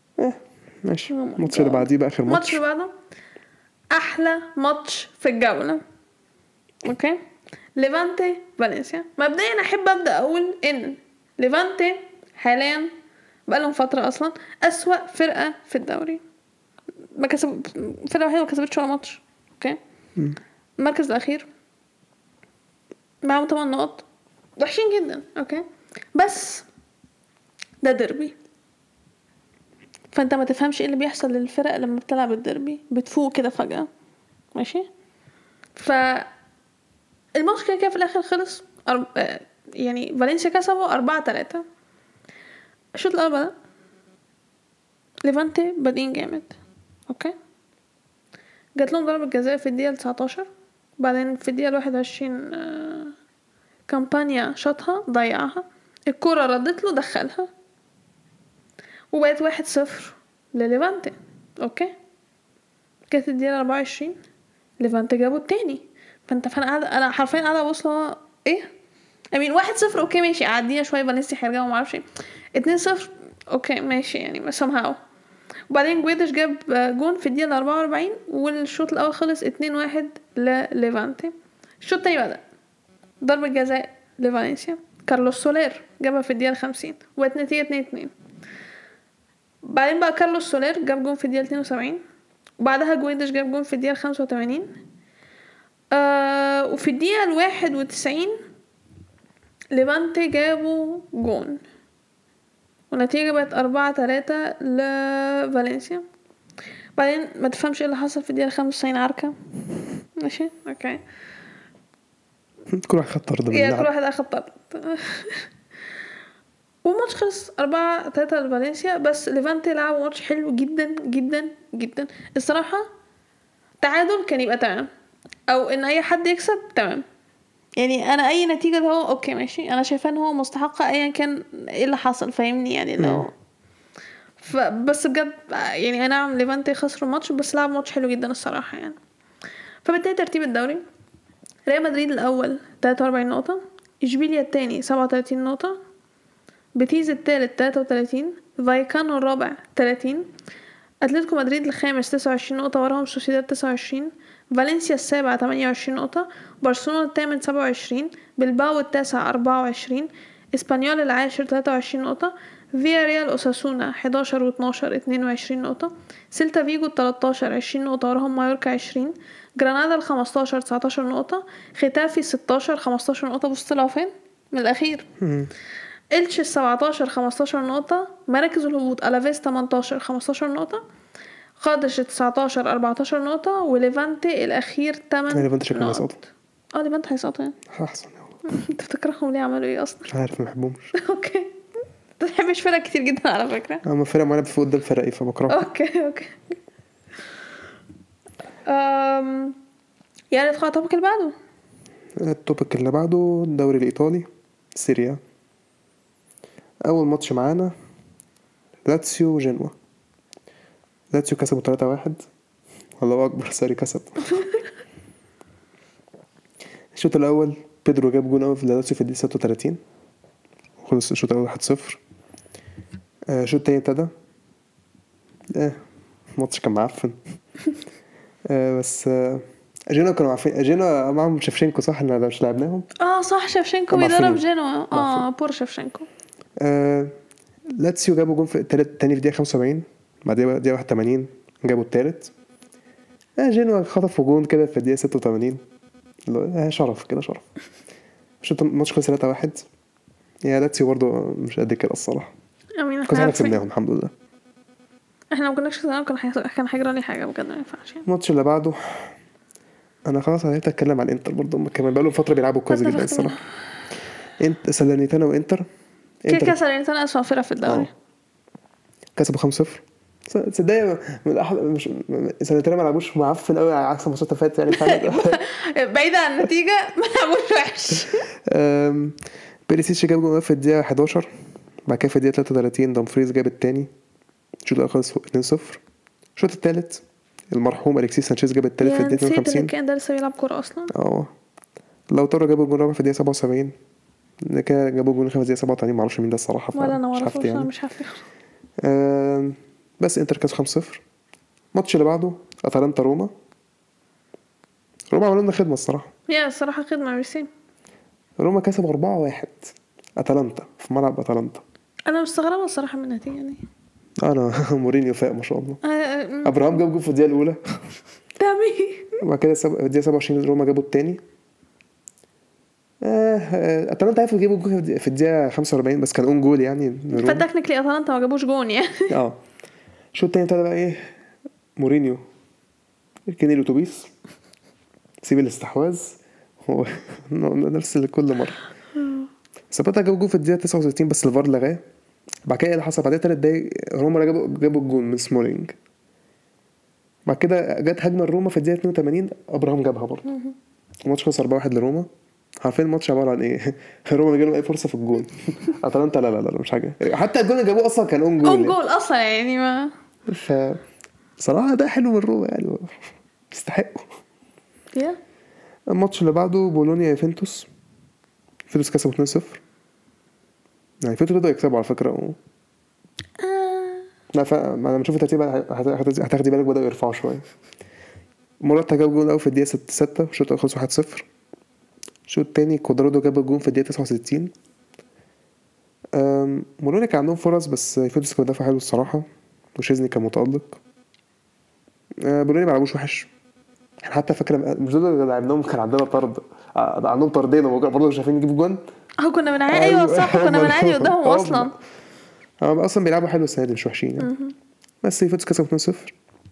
ماشي. Oh my الماتش اللي God. بعديه بقى اخر الماتش ماتش. اللي بعده احلى ماتش في الجوله. اوكي. ليفانتي فالنسيا. مبدئيا احب ابدا اقول ان ليفانتي حاليا بقى لهم فتره اصلا اسوأ فرقه في الدوري. ما كسب فرقه واحده ما كسبتش ولا ماتش. اوكي. مم. المركز الاخير معاهم ثمانية نقط وحشين جدا. اوكي. بس ده ديربي، فانت ما تفهمش ايه اللي بيحصل للفرق لما بتلعب الديربي، بتفوق كده فجأة. ماشي. ف الماتش كده كده في الاخر خلص أرب... آه، يعني فالنسيا كسبوا أربعة ثلاثة. الشوط الاول بدأ ليفانتي بادئين جامد. اوكي. جات لهم ضربة جزاء في الدقيقة تسعتاشر، بعدين في الدقيقة واحد وعشرين آه... كامبانيا شاطها ضيعها، الكرة ردت له دخلها وبقت واحد صفر لليفانتي. اوكي. كانت الدقيقة أربعة وعشرين ليفانتي جابوا التاني. فانت فانا قاعده انا حرفيا قاعده بوصله ايه امين واحد صفر. اوكي ماشي عدينا شويه فالنسيا هيرجعوا ما اعرفش ايه. اتنين صفر اوكي ماشي يعني somehow. وبعدين جويدش جاب جون في الدقيقه أربعة وأربعين والشوط الاول خلص اتنين واحد لليفانتي. الشوط الثاني بدا ضربه جزاء لفالنسيا، كارلوس سولير جابها في الدقيقه خمسين وبقت نتيجه اتنين اتنين. بعدين بقى كارلوس سولير جاب جون في الدقيقه اتنين وسبعين وبعدها جويدش جاب جون في الدقيقه خمسة وتمانين. آه وفي الدقيقة الواحد وتسعين ليفانتي جابوا جون ونتيجة بقت أربعة ثلاثة لفالنسيا. بعدين ما تفهمش ايه اللي حصل في الدقيقة خمسة وتسعين عركة. ماشي اوكي. كل واحد خد طرد يا كل باللعب. واحد اخد طرد والماتش خلص أربعة ثلاثة لفالنسيا. بس ليفانتي لعبوا ماتش حلو جدا جدا جدا الصراحة. تعادل كان يبقى تمام او ان اي حد يكسب تمام. يعني انا اي نتيجه ده هو اوكي ماشي. انا شايفه ان هو مستحق ايا كان ايه اللي حصل فاهمني يعني مم. لو فبس بجد يعني انا نعم ليفانتي خسروا الماتش بس لعب ماتش حلو جدا الصراحه يعني. فبالتالي ترتيب الدوري ريال مدريد الاول تلاتة وأربعين نقطه، اشبيليا الثاني سبعة وتلاتين نقطه، بيتيز الثالث تلاتة وتلاتين، فايكانو الرابع تلاتين، اتلتيكو مدريد الخامس تسعة وعشرين نقطه، وراهم سوسيداد تسعة وعشرين، فالنسيا السابع ثمانية وعشرين نقطة، برشلونة الثامن سبعة وعشرين، بلباو التاسع أربعة وعشرين، اسبانيول العاشر ثلاثة وعشرين نقطة، فيا ريال أوساسونا حداشر واتناشر اتنين وعشرين نقطة، سيلتا فيجو التلاتاشر عشرين نقطة، وراهم مايوركا عشرين، جرانادا الخمستاشر تسعتاشر نقطة، ختافي ستاشر خمستاشر نقطة. بص طلعوا فين من الأخير. مم. إلتش السبعتاشر خمستاشر نقطة. مراكز الهبوط ألافيس تمنتاشر خمستاشر نقطة، قادش تسعتاشر أربعتاشر نقطة، وليفانتي الأخير تمن ليفانتي شكله نقط. هيسقطوا. اه ليفانتي هيسقطوا يعني. احسن يلا. انت بتكرههم ليه؟ عملوا ايه اصلا؟ مش عارف ما بحبهمش. اوكي. انت بتحبش فرق كتير جدا على فكرة. اما فرق معانا بفوق قدام فرقي فبكرههم. اوكي اوكي. امم يعني ندخل على التوبيك اللي بعده. التوبيك اللي بعده الدوري الايطالي سيريا. اول ماتش معانا لاتسيو وجنوا. لاتسيو كسبوا تلاتة واحد. الله اكبر ساري كسب. الشوط الاول بيدرو جاب جون اول في لاتسيو في الدقيقه ستة وتلاتين وخلص الشوط الاول واحد صفر. آه، الشوط التاني ابتدى اه الماتش كان معفن. آه بس آه جينوا كانوا عارفين. جينوا معاهم شفشنكو صح ان مش لعبناهم. اه صح شفشنكو طبعا بيدرب فين؟ جنوا. اه بور شفشنكو. آه لاتسيو جابوا جون في التالت تاني في دقيقة خمسة وسبعين، بعدين دقيقة واحد وتمانين جابوا التالت. آه جينوا خطفوا جون كده في الدقيقة ستة وتمانين. آه شرف كده شرف. شوط الماتش خلص تلاتة واحد. يا لاتسيو برضو مش قد كده الصراحة. امين كنا احنا كسبناهم الحمد لله. احنا لو كناش كسبنا كان حي... كان هيجرى لي حاجه بجد ما ينفعش يعني. الماتش اللي بعده انا خلاص هنبدا اتكلم عن الانتر برضو. هم كمان بقالهم فتره بيلعبوا كويس جدا الصراحه. انت سالانيتانا وانتر كده كده سالانيتانا اسوأ فرقه في الدوري. كسبوا خمسة صفر. تصدق من احلى مش سالانيتانا ما لعبوش معفن قوي على عكس الماتشات اللي فاتت يعني فعلا. بعيدا عن النتيجه ما لعبوش وحش. امم بيريسيتش جاب جول في الدقيقه حداشر، بعد كده في الدقيقه تلاتة وتلاتين دامفريز جاب الثاني. الشوط الاول خلص اتنين صفر. الشوط الثالث المرحوم اليكسيس سانشيز جاب الثالث في الدقيقه اتنين وخمسين. كان ده لسه بيلعب كوره اصلا. اه لو ترى جابوا الجول الرابع في الدقيقه سبعة وسبعين. كده جابوا الجول الخامس دقيقه سبعة وتمانين. معرفش مين ده الصراحه ولا انا مش معرفوش هفتي يعني. مش هفتي. آه بس انتر كسب خمسة صفر. الماتش اللي بعده اتلانتا روما. روما عملوا لنا خدمه الصراحه. يا الصراحه خدمه ميرسي. روما كسب أربعة واحد اتلانتا في ملعب اتلانتا. انا مستغربه الصراحه من النتيجه يعني. انا مورينيو فاق ما شاء الله. آه، آه، ابراهام جاب جول في الدقيقه الاولى. تامي. وبعد كده سب... الدقيقه سبعة وعشرين روما جابوا الثاني. آه آه، اتلانتا عرفوا يجيبوا جول في الدقيقه خمسة وأربعين بس كان اون جول يعني من روما. فتكنيكلي اتلانتا ما جابوش جون يعني. اه شو التاني ابتدى بقى ايه مورينيو كان الاتوبيس سيب الاستحواذ هو نفس اللي كل مره. ساباتا جاب جول في الدقيقه تسعة وستين بس الفار لغاه. بعد كده اللي حصل بعد ثلاث دقايق روما جابوا جابوا الجول من سمولينج. بعد كده جت هجمه الروما في الدقيقه اتنين وتمانين ابراهام جابها برضه. الماتش خلص أربعة واحد لروما. عارفين الماتش عباره عن ايه؟ روما جالهم اي فرصه في الجول. اتلانتا لا لا لا مش حاجه حتى الجول اللي جابوه اصلا كان اون جول. اون جول اصلا يعني ما ف صراحه ده حلو من روما يعني يستحقوا. يا الماتش اللي بعده بولونيا يوفنتوس. يوفنتوس كسبوا اتنين صفر. يعني يوفنتوس بدأوا يكسبوا على فكره و... آه. لا ف ما لما تشوف الترتيب هتاخدي بالك بدأوا يرفعوا شويه. موراتا جاب جول اول في الدقيقه ستة الشوط الاول خلص واحد صفر. الشوط الثاني كوادرادو جاب الجول في الدقيقه تسعة وستين. أم... بولونيا كان عندهم فرص بس يوفنتوس كان دافع حلو الصراحه وشيزني كان متألق. أه بولونيا ما لعبوش وحش. احنا حتى فاكره مش دول اللي لعبناهم كان عندنا طرد عندهم طردين وبرضه مش عارفين نجيب جون. اه كنا بنعاني. ايوه صح كنا بنعاني قدامهم اصلا. اه اصلا بيلعبوا حلو السنه دي مش وحشين يعني. بس يوفنتوس كسب اتنين صفر.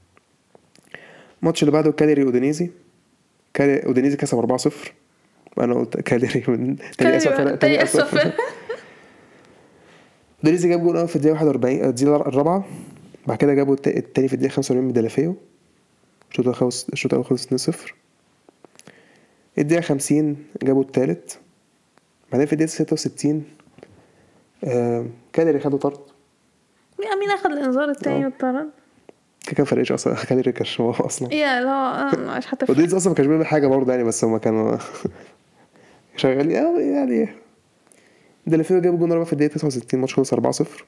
الماتش اللي بعده كاليري اودينيزي. كاليري اودينيزي كسب أربعة صفر. وانا قلت كاليري من تاني اسف تاني اسف. اودينيزي جاب جول في الدقيقه واحد وأربعين الدقيقه الرابعه. بعد كده جابوا الثاني في الدقيقه خمسة وأربعين من دلافيو. الشوط الاول خلص الشوط الاول خلص اتنين صفر. الدقيقه خمسين جابوا الثالث. بعدين في الدقيقه ستة وستين آه كاليري خدوا طرد. مين اخذ الانذار الثاني والطرد؟ كان فريق اصلا كاليري كاش هو اصلا. يا لا مش حتى وديز اصلا ما كانش بيعمل حاجه برضه يعني بس هم كانوا شغالين يعني. دلافيو جاب جون رابع في الدقيقه تسعة وستين. ماتش خلص أربعة صفر.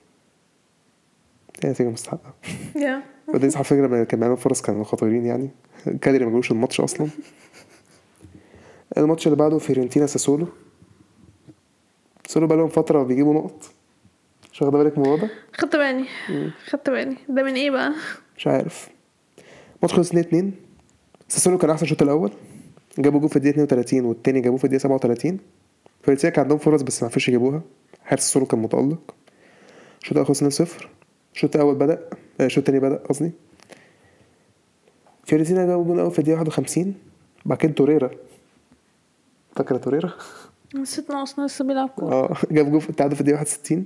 هي نتيجه مستحقه. يا وديز على فكره كان معاهم فرص كانوا خطيرين يعني. كاليري ما جابوش الماتش اصلا. الماتش اللي بعده فيورنتينا ساسولو. ساسولو بقى لهم فتره بيجيبوا نقط. مش واخد بالك من الموضوع ده؟ خدت بالي خدت بالي. ده من ايه بقى مش عارف. ماتش خلص اتنين اتنين. ساسولو كان احسن الشوط الاول جابوا جول في الدقيقه اتنين وتلاتين والتاني جابوه في الدقيقه سبعة وتلاتين. فيورنتينا كان عندهم فرص بس ما عرفوش يجيبوها. حارس ساسولو كان متألق. الشوط الاول خلص اتنين صفر. الشوط الاول بدأ الشوط الثاني بدأ قصدي. فيورنتينا جابوا جول اول في الدقيقه واحد وخمسين. بعد كده توريرا فاكره توريرا نسيت ناقص لسه بيلعب كوره. اه جاب جول في التعادل في الدقيقه واحد وستين.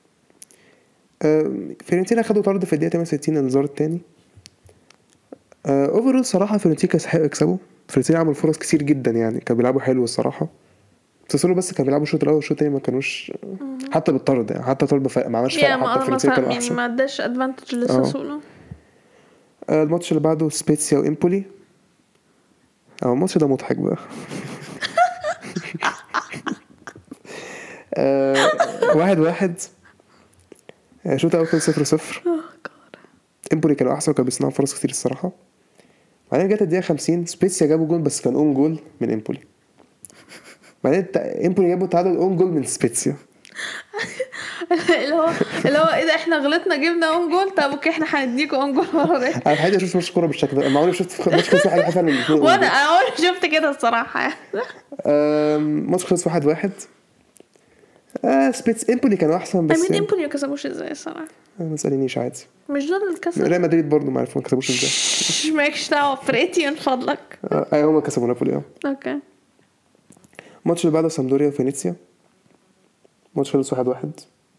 فيورنتينا خدوا طرد في الدقيقه تمانية وستين الانذار الثاني. اوفرول صراحه فيورنتينا يستحقوا يكسبوا. فيورنتينا عملوا فرص كتير جدا يعني كانوا بيلعبوا حلو الصراحه. ساسولو بس كانوا بيلعبوا الشوط الاول والشوط الثاني ما كانوش حتى بالطرد يعني حتى طرد ما عملش فرق حتى فيورنتينا كانوا احسن. ما اداش ادفانتج لساسولو. الماتش اللي بعده سبيتسيا وامبولي. اه الماتش ده مضحك بقى. واحد واحد. شوط اول خلص صفر صفر. امبولي كانوا احسن وكانوا بيصنعوا فرص كتير الصراحه. بعدين جت الدقيقه خمسين سبيتسيا جابوا جول بس كان اون جول من امبولي. بعدين امبولي جابوا تعادل اون جول من سبيتسيا. اللي هو اللي هو ايه ده احنا غلطنا جبنا اون جول. طب اوكي احنا هنديكوا اون جول مره ده. انا الحقيقه شفت ماتش كوره بالشكل ده. ما عمري شفت ماتش كوره حاجه حاجه من وانا انا شفت كده الصراحه. ماتش خلص واحد واحد. آه سبيتس امبولي كانوا احسن بس امين امبولي ما كسبوش ازاي الصراحه. ما تسالنيش عادي. مش دول اللي كسبوا. ريال مدريد برضو ما عرفوا ما كسبوش ازاي. مش ماكش دعوه فرقتي من فضلك. ايوه هم كسبوا نابولي. اوكي. الماتش اللي بعده سامدوريا وفينيسيا. ماتش خلص واحد واحد.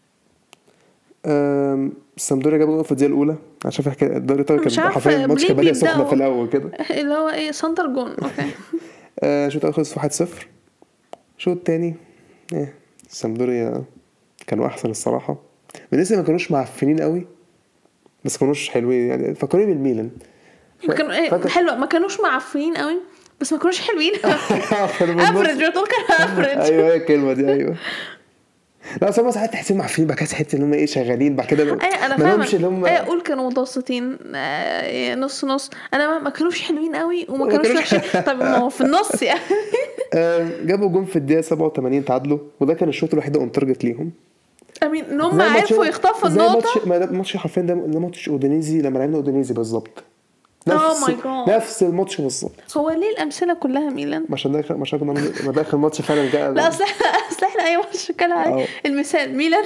امم سامدوريا جابوا في الدقيقه الاولى عشان في الدوري كان حرفيا الماتش كان بادئ سخنه في الاول كده. اللي هو ايه سنتر جون. اوكي. آه شوط اول خلص واحد صفر. شوط الثاني ايه سامدوريا كانوا احسن الصراحه. بالنسبه ما كانوش معفنين قوي بس كانوش حلوين يعني فكروني بالميلان. ما كانوا ايه حلو ما كانوش معفنين قوي بس ما كانوش حلوين. افريج بتقول كان افريج. ايوه هي الكلمه دي ايوه. لا سما ساعات تحسهم عارفين بقى كاس حته ان هم ايه شغالين بعد كده. ايه انا ما لهمش اللي فاهمه هم ايه اقول كانوا متوسطين آه، نص نص. انا ما- ما كانوش حلوين قوي وما كانوش كانوش- وحشين. طب ما هو في النص يعني. آه، جابوا جون في الدقيقه سبعة وثمانين تعادلوا، وده كان الشوط الوحيد اون تارجت ليهم. امين ان هم زي ماتش- عرفوا يخطفوا زي النقطه. ماتش ما ده ماتش حرفيا ده ده ماتش اودينيزي لما لعبنا اودينيزي بالظبط. Oh نفس my God. نفس الماتش بالظبط. هو ليه الامثله كلها ميلان؟ عشان ده عشان كنا ما ده اخر ماتش فعلا جاء. لا اصل احنا اصل احنا اي ماتش كان عليه أه. المثال ميلان.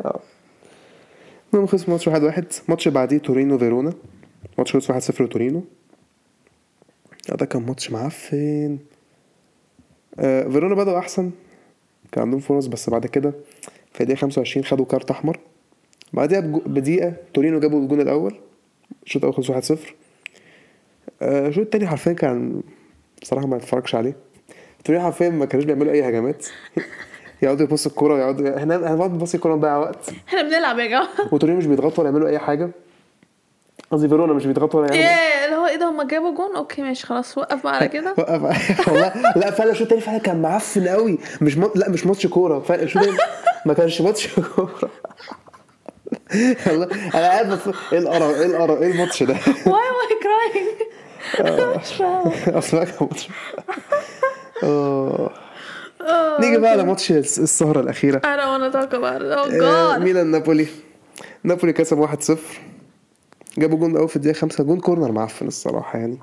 المهم خلص ماتش واحد واحد. ماتش بعديه تورينو فيرونا، ماتش خلص واحد صفر تورينو. آه، ده كان ماتش معفن. آه فيرونا بدأوا احسن، كان عندهم فرص، بس بعد كده في الدقيقه خمسة وعشرين خدوا كارت احمر. بعدها بجو- بدقيقه تورينو جابوا الجون الاول. الشوط الاول خلص واحد صفر. آه، الشوط التاني حرفيا كان بصراحه ما اتفرجش عليه. تورينو حرفيا ما كانوش بيعملوا اي هجمات. يقعدوا يبصوا الكوره، يقعدوا احنا هنقعد نبص الكوره نضيع وقت، احنا بنلعب يا جماعه. وتورينو مش بيضغطوا ولا يعملوا اي حاجه. قصدي فيرونا مش بيضغطوا ولا يعملوا. ايه اللي هو ايه ده هم جابوا جون اوكي ماشي خلاص وقف بقى على كده. وقف. والله لا فعلا الشوط التاني فعلا كان معفن قوي. مش م... لا مش ماتش كوره فعلا الشوط التاني ما كانش ماتش كوره. والله انا قاعد بس ايه القرف ايه القرف ايه الماتش ده. واي واي كراينج. مش فاهمه. اصلا كان ماتش. اه نيجي بقى على ماتش السهره الاخيره. انا وانا talk about it. oh آه، god. ميلان نابولي. نابولي كسب واحد صفر. جابوا جون اول في الدقيقه خمسة، جون كورنر معفن الصراحه يعني.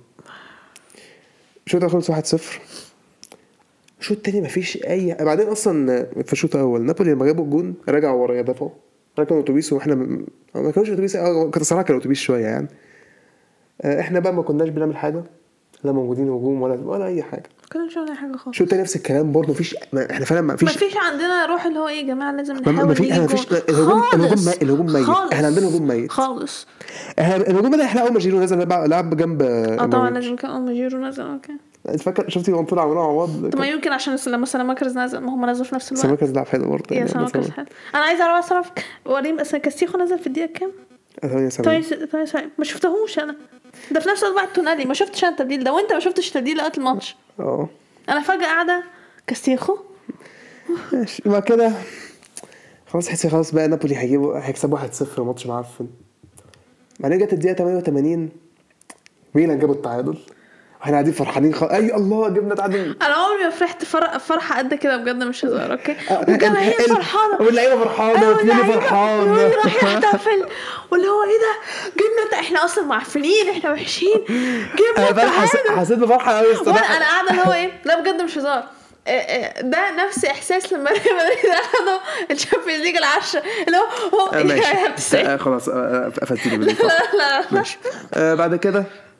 الشوط الاول خلص واحد صفر. الشوط التاني مفيش اي. بعدين اصلا في الشوط الاول نابولي لما جابوا الجون رجعوا ورا يدافعوا، ركنوا اتوبيس، واحنا م- ما كانوش اتوبيس، اه كانت الصراحه كان اتوبيس شويه يعني. آه، احنا بقى ما كناش بنعمل حاجه، لا موجودين هجوم ولا ولا اي حاجه. ما كانش ولا حاجه خالص. الشوط التاني نفس الكلام برضه، مفيش ما احنا فعلا ما فيش ما فيش عندنا روح اللي هو ايه يا جماعه لازم ما نحاول في نجيب ما فيش جون. الهجوم الهجوم خالص. مي- الهجوم ميت. خالص. احنا عندنا هجوم ميت خالص. احنا الهجوم ده احنا اول ما جيرو نزل لعب لعب جنب. اه طبعا لازم كان ام جيرو نزل اوكي. انت فاكر شفتي وان طلع عمرو عوض؟ طب ما يمكن عشان لما سلاماكرز نزل ما هم نزلوا في نفس الوقت. سمكة لعب حلو برضه يا يعني. سلاماكرز حلو. انا عايزه اعرف اعرف وريم بس كاستيخو نزل في الدقيقه كام؟ ثمانية وسبعين. طيب طيب ما شفتهوش انا. ده في نفس الوقت بعد تونالي ما شفتش انا التبديل ده وانت ما شفتش التبديل وقت الماتش. اه انا فجاه قاعده كاستيخو. ماشي ما كده خلاص. حسي خلاص بقى نابولي هيجيبوا هيكسبوا واحد صفر ماتش معفن. بعدين جت الدقيقة ثمانية وثمانين ميلان جابوا التعادل، واحنا قاعدين فرحانين خ... اي الله جبنا تعادل. انا عمري ما فرحت فر... فرحه قد كده بجد مش هزار اوكي. والجماهير فرحانه واللعيبه فرحانه والتيم فرحان راح يحتفل واللي هو ايه ده جبنا ت- احنا اصلا معفنين احنا وحشين جبنا انا بقى حس... التعادل. حسيت بفرحه قوي وانا الصراحه. انا قاعده اللي هو ايه لا بجد مش هزار. إيه إيه ده نفس احساس لما ريال مدريد اخدوا الشامبيونز ليج العشرة اللي هو هو آه، ماشي آه، خلاص آه، قفلتيني بالله. لا لا لا ماشي. آه، بعد كده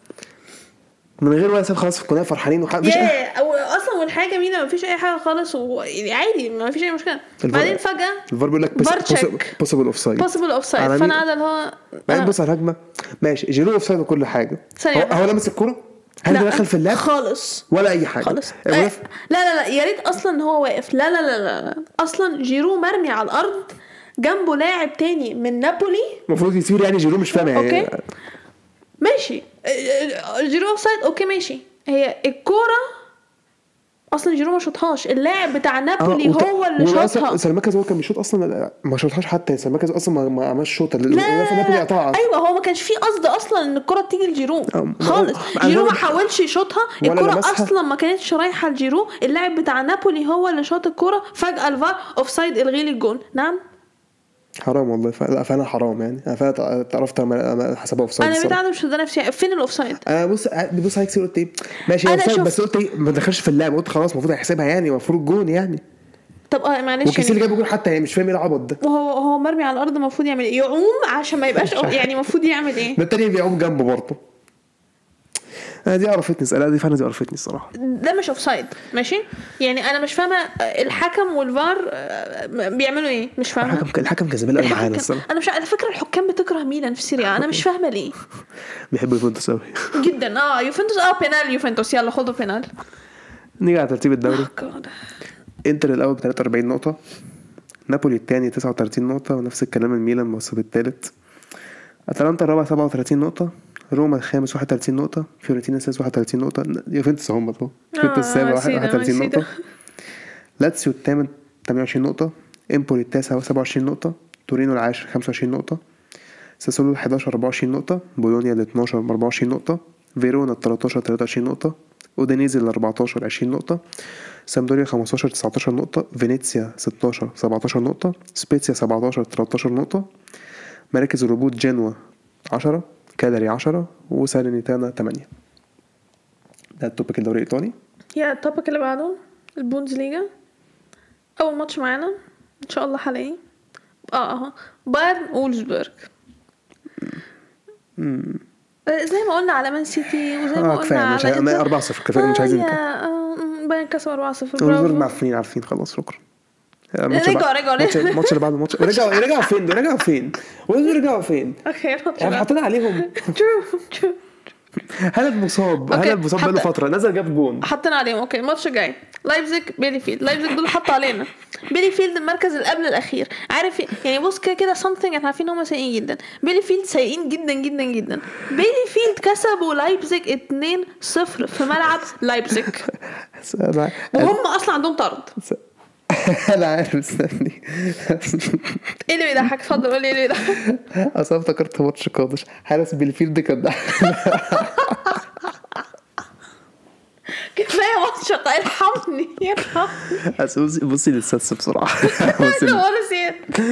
من غير ولا سبب خلاص كنا فرحانين وح... مش ياه او اصلا والحاجه جميله ما فيش اي حاجه خالص ويعني عادي ما فيش اي مشكله. الفار- بعدين فجاه الفار بيقول لك فارتشك. بوسيبل اوف سايد. possible offside على مين؟ فانا قاعده اللي هو بعدين أنا- بص على الهجمه ماشي جيرو اوف سايد وكل حاجه. ثانية هو, هو لمس الكوره هل لا، دخل في اللعب خالص ولا اي حاجه خالص. آه، آه، وقف. لا لا لا يا ريت اصلا ان هو واقف. لا لا لا لا لا. اصلا جيرو مرمي على الارض جنبه لاعب تاني من نابولي. المفروض يصير يعني جيرو مش فاهم يعني. اوكي ماشي آه، جيرو اوف سايد اوكي ماشي. هي الكوره اصلا جيرو ما شاطهاش اللاعب بتاع نابولي وت- هو اللي وأصلاً شاطها. سلماكز هو كان بيشوط اصلا ما شوطهاش حتى. سلماكز اصلا ما- ما عملش شوطه لا لا نابولي لا قطعها. ايوه هو ما كانش فيه قصد اصلا ان الكره تيجي لجيرو أم- خالص. أم- جيرو ما أنا- حاولش يشوطها ولا الكره لمسها. اصلا ما كانتش رايحه لجيرو. اللاعب بتاع نابولي هو اللي شاط الكره فجاه الفار اوف سايد الغي لي الجون. نعم حرام والله ف... لا فعلا حرام يعني. انا فعلا تعرفت حسبها اوف سايد. انا بتاع مش ده نفسي فين الاوف سايد. انا بص بص عليك قلت ايه ماشي أنا اوف سايد شفت- بس قلت ايه ما دخلش في اللعب. قلت خلاص المفروض هيحسبها يعني المفروض جون يعني. طب اه معلش وكيسي اللي يعني جاب جون حتى يعني مش فاهم ايه العبط ده. وهو هو مرمي على الارض المفروض يعمل ايه يعوم عشان ما يبقاش يعني المفروض يعمل ايه. ده التاني بيعوم جنبه برضه. انا دي عرفتني سألها دي فعلا دي عرفتني الصراحه. ده مش اوف سايد ماشي يعني انا مش فاهمه الحكم والفار آه، بيعملوا ايه مش فاهمه. الحكم الحكم كذاب قوي معانا الحكم الصراحه. انا مش على فكره الحكام بتكره ميلان في سيريا انا مش فاهمه ليه. بيحبوا يفوتوا قوي. جدا اه يوفنتوس اه بينال يوفنتوس يلا خدوا بينال. نيجي على ترتيب الدوري. Oh God. انتر الاول ب ثلاثة وأربعين نقطه، نابولي الثاني تسعة وثلاثين نقطه، ونفس الكلام الميلان موصل الثالث. اتلانتا الرابع سبعة وثلاثين نقطه، روما الخامس واحد وثلاثين نقطه، فيورنتينا السادس واحد وثلاثين نقطه، يوفنتوس هم اهو يوفنتوس السابع آه، واحد نسينا، وثلاثين نسينا. نقطه، لاتسيو الثامن ثمانية وعشرين نقطه، امبولي التاسع سبعة وعشرين نقطة، تورينو العاشر خمسة وعشرين نقطة، ساسولو الحداشر أربعة وعشرين نقطة، بولونيا الاتناشر أربعة وعشرين نقطة، فيرونا التلاتاشر تلاتة وعشرين نقطة، اودينيزي الأربعتاشر عشرين نقطة، سامدوريا خمستاشر تسعتاشر نقطة، فينيسيا ستاشر سبعتاشر نقطة، سبيتسيا سبعتاشر تلاتاشر نقطة. مراكز الهبوط جنوا عشرة، كالاري عشرة، وسالينيتانا تمانية. ده التوبيك الدوري الإيطالي. يا التوبيك اللي بعده البوندسليغا. اول ماتش معانا ان شاء الله حاليا اه اه بايرن وولفسبورغ. زي ما قلنا على مان سيتي وزي ما اه قلنا كفايه مش على عايز أربعة صفر كفايه مش عايزين يا آه، بايرن كسب أربعة صفر. برافو برافو. عارفين عارفين خلاص شكرا. رجعوا رجعوا الماتش الماتش اللي بعده ماتش رجعوا رجعوا فين رجعوا فين ورجعوا فين اوكي الماتش يعني ده. حاطين عليهم. شوف شوف هل المصاب أوكي، هل المصاب بقاله حتى- فتره نزل جاب جون. حطينا عليهم. اوكي الماتش جاي لايبزيج بيلي فيلد. لايبزيج دول حطوا علينا بيلي فيلد المركز اللي قبل الاخير. عارف يعني بص كده كده something احنا عارفين هم سيئين جدا. بيلي فيلد سيئين جدا جدا جدا. بيلي فيلد كسبوا لايبزيج اتنين صفر في ملعب لايبزيج انا وهم اصلا عندهم طرد. انا عارف استني ايه اللي بيضحك؟ اتفضل قول لي ايه اللي بيضحك. اصلا افتكرت ماتش قادش حارس بيلفيلد كان كفايه ماتش ارحمني ارحمني. بصي بصي للسس بسرعه. بصي هو نسيت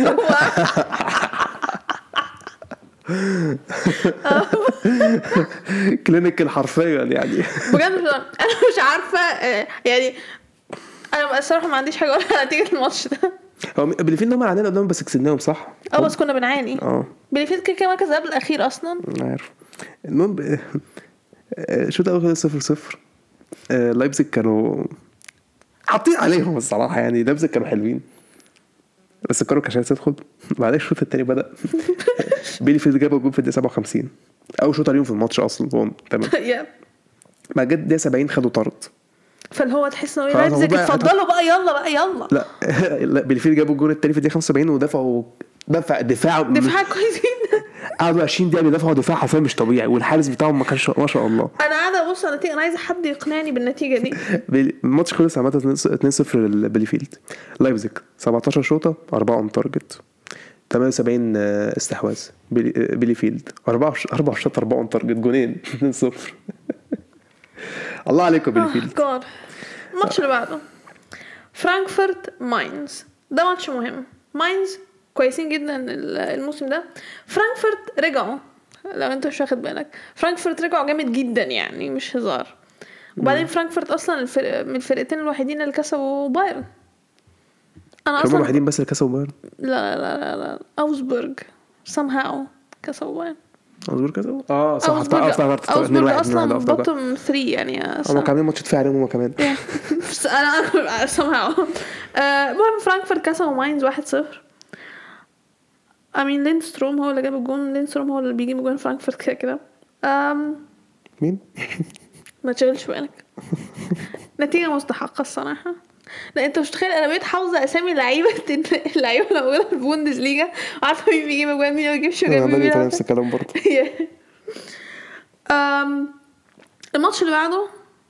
كلينيكال حرفيا يعني. بجد انا مش عارفه آه، يعني انا الصراحه ما عنديش حاجه اقولها على نتيجه الماتش ده. هو بيلفيلد هم عندنا قدام بس كسبناهم صح. اه بس كنا بنعاني. اه بيلفيلد كده كده مركز قبل الاخير اصلا. عارف. المهم شوط اول صفر صفر. لايبزيج كانوا حاطين عليهم الصراحه يعني. لايبزيج كانوا حلوين بس الكره كانت عايزه تدخل. بعدين الشوط الثاني بدا بيلي فيلد جاب جول في الدقيقه سبعة وخمسين. اول شوط عليهم في الماتش اصلا جون تمام. بعد جت الدقيقه سبعين خدوا طرد. فاللي هو تحس انه خلاص هو لايبزيج بقى- اتفضلوا بقى يلا بقى يلا. لا لا بيلي فيلد جابوا الجول الثاني في الدقيقه خمسة وسبعين ودفعوا دفع دفاع دفاع كويسين. قعدوا عشرين دقيقه بيدافعوا دفاع حرفيا مش طبيعي والحارس بتاعهم ما كانش ما شاء الله. انا قاعده ابص على النتيجه انا عايزه حد يقنعني بالنتيجه دي. بيلي- الماتش خلص عامه اتنين صفر لبيلي فيلد. لايبزيج سبعتاشر شوطه أربعة اون تارجت تمانية وسبعين استحواذ. بيلي, بيلي فيلد أربعة أربعة شوط أربعة اون تارجت جونين اتنين صفر. الله عليكم بيلي فيلد. جول. الماتش اللي بعده فرانكفورت ماينز. ده ماتش مهم. ماينز كويسين جدا الموسم ده. فرانكفورت رجعوا لو انت مش واخد بالك. فرانكفورت رجعوا جامد جدا يعني مش هزار. وبعدين فرانكفورت اصلا الفرق من الفرقتين الوحيدين اللي كسبوا بايرن. انا هم اصلا الوحيدين بس اللي كسبوا بايرن. لا لا لا لا اوزبورغ somehow كسبوا بايرن. اوزبورغ كسبوا اه صح. اوزبورغ افتكرت اوزبورغ اصلا بوتوم ثلاثة يعني هم كمان ماتش دفاع عليهم هم كمان. انا somehow المهم فرانكفورت كسبوا ماينز واحد صفر. امين لينستروم هو اللي جاب الجون. لينستروم هو اللي بيجيب جون فرانكفورت كده كده. امم مين؟ ما تشغلش بالك. نتيجه مستحقه الصراحه. لا انت مش متخيل انا بقيت حافظه اسامي لعيبه اللعيبه اللي موجوده في البوندسليغا وعارفه مين بيجيب اجوان مين ما بيجيبش اجوان مين بيلعب نفس الكلام برضه. امم الماتش اللي بعده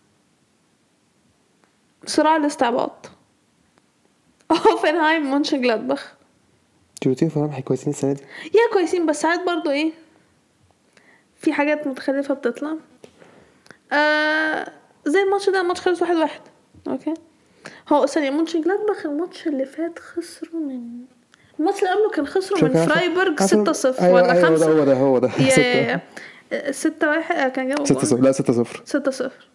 صراع الاستعباط. هوفنهايم مونشنجلادباخ. تشوتين فرحة كويسين السنة دي. يا كويسين بس ساعات برضو ايه في حاجات متخلفة بتطلع. آه زي الماتش ده. الماتش خلص واحد واحد. اوكي هو ثانية مونشنجلادباخ الماتش اللي فات خسروا من الماتش اللي قبله كان خسروا من فرايبورغ ستة صفر ولا خمسة. هو ده هو ده يا ستة واحد كان جابوا ستة صفر. لا ستة صفر ستة صفر.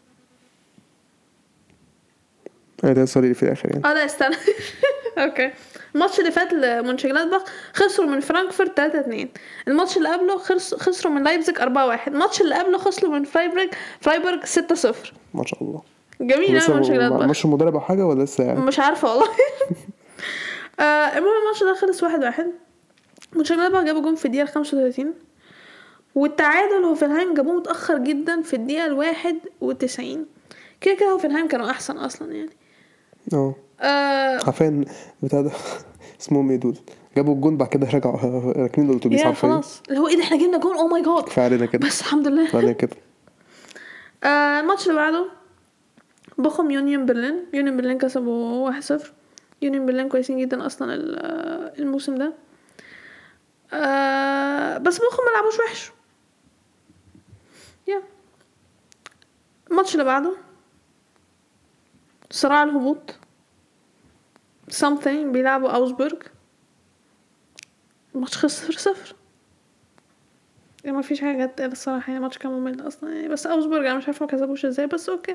ايه ده السؤال اللي في الاخر يعني. اه لا استنى. اوكي الماتش اللي فات لمونشنجلادباخ خسروا من فرانكفورت تلاتة اتنين. الماتش اللي قبله خسر خسروا من لايبزيج أربعة واحد. الماتش اللي قبله خسروا من فرايبورغ فرايبورغ ستة صفر. ما شاء الله جميل قوي مونشنجلادباخ. مش مدرب او حاجه ولا لسه يعني مش عارفه والله. آه المهم الماتش ده خلص واحد واحد. مونشنجلادباخ جابوا جون في الدقيقه خمسة وتلاتين والتعادل هوفنهايم جابوه متاخر جدا في الدقيقه الواحد وتسعين. كده كده هوفنهايم كانوا احسن اصلا يعني. اه اه عارفين بتاع ده اسمهم ايه دول جابوا الجون بعد كده رجعوا راكنين الاتوبيس عارفين خلاص اللي هو ايه ده احنا جبنا جون او ماي جاد فعلنا كده بس الحمد لله فعلنا كده. آه الماتش اللي بعده بوخم يونيون برلين. يونيون برلين كسبوا واحد صفر. يونيون برلين كويسين جدا اصلا الموسم ده. آه بس مخهم ما لعبوش وحش. يا الماتش اللي بعده صراع الهبوط something بيلعبوا اوزبورغ. الماتش خلص صفر صفر يعني ما فيش حاجه جت الصراحه يعني الماتش كان ممل اصلا يعني بس اوزبورغ انا مش عارفه ما كسبوش ازاي بس اوكي.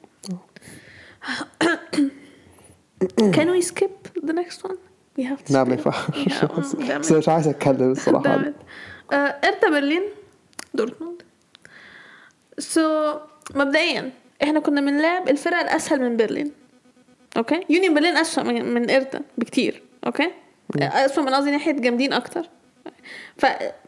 can we skip the next one we have to نعم ينفع بس yeah, مش عايز اتكلم الصراحه. uh, ارتا برلين دورتموند. سو so, مبدئيا احنا كنا بنلعب الفرقه الاسهل من برلين. اوكي يونيون برلين اسهل من, من ارتا بكتير. اوكي اسهل من قصدي ناحيه جامدين اكتر. ف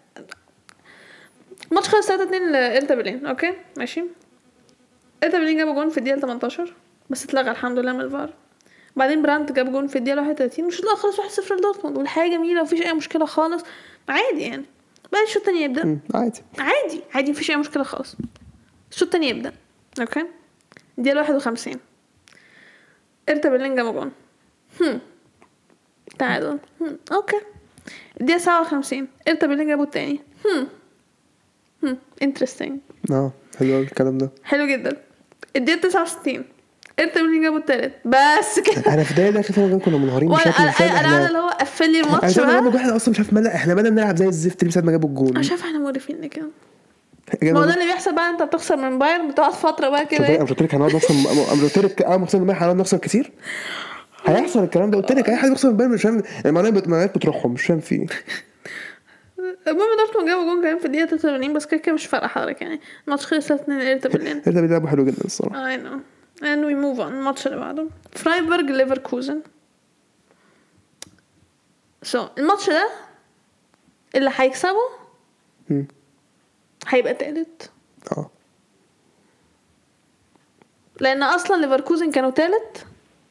ماتش خلص ثلاثة اتنين لارتا برلين. اوكي ماشي. ارتا برلين جابوا جون في الدقيقه تمنتاشر بس اتلغى الحمد لله من الفار. بعدين براند جاب جون في الدقيقه واحد وتلاتين مش لا خلص واحد صفر لدورتموند والحاجه جميله ومفيش اي مشكله خالص عادي يعني. بعد الشوط الثاني يبدا عادي عادي عادي مفيش اي مشكله خالص. الشوط الثاني يبدا اوكي الدقيقه واحد وخمسين ارتا برلين جاب جون هم تعادل هم اوكي. الدقيقه سبعة وخمسين ارتا برلين جابوا الثاني هم هم انترستينج. اه حلو الكلام ده حلو جدا. الدقيقه تسعة وستين ارتا برلين جابوا الثالث بس كده. انا في الدقيقه الاخيره فعلا كنا منهارين بشكل انا انا اللي هو قفل لي الماتش بقى. انا احنا اصلا مش عارف مالنا احنا بدنا نلعب زي الزفت اللي ساعه ما جابوا الجون. انا شايف احنا مقرفين كده. ما هو ده اللي بيحصل بقى انت بتخسر من بايرن بتقعد فتره بقى كده. انا قلت لك هنقعد نخسر انا قلت لك اه مخسر من هنقعد نخسر كتير هيحصل الكلام ده. قلت لك اي حد بيخسر من بايرن مش فاهم المعنويات بتروحهم مش فاهم فيه. المهم دورتموند جابوا جون كمان في الدقيقه تلاتة وتمانين بس كده كده مش فارقه حضرتك يعني الماتش خلص اتنين ارتا برلين. ارتا برلين لعبوا حلو جدا الصراحه. اي نو and we move on. الماتش اللي بعده فرايبورغ ليفركوزن. سو so, الماتش ده اللي هيكسبه هيبقى تالت. اه لان اصلا ليفركوزن كانوا تالت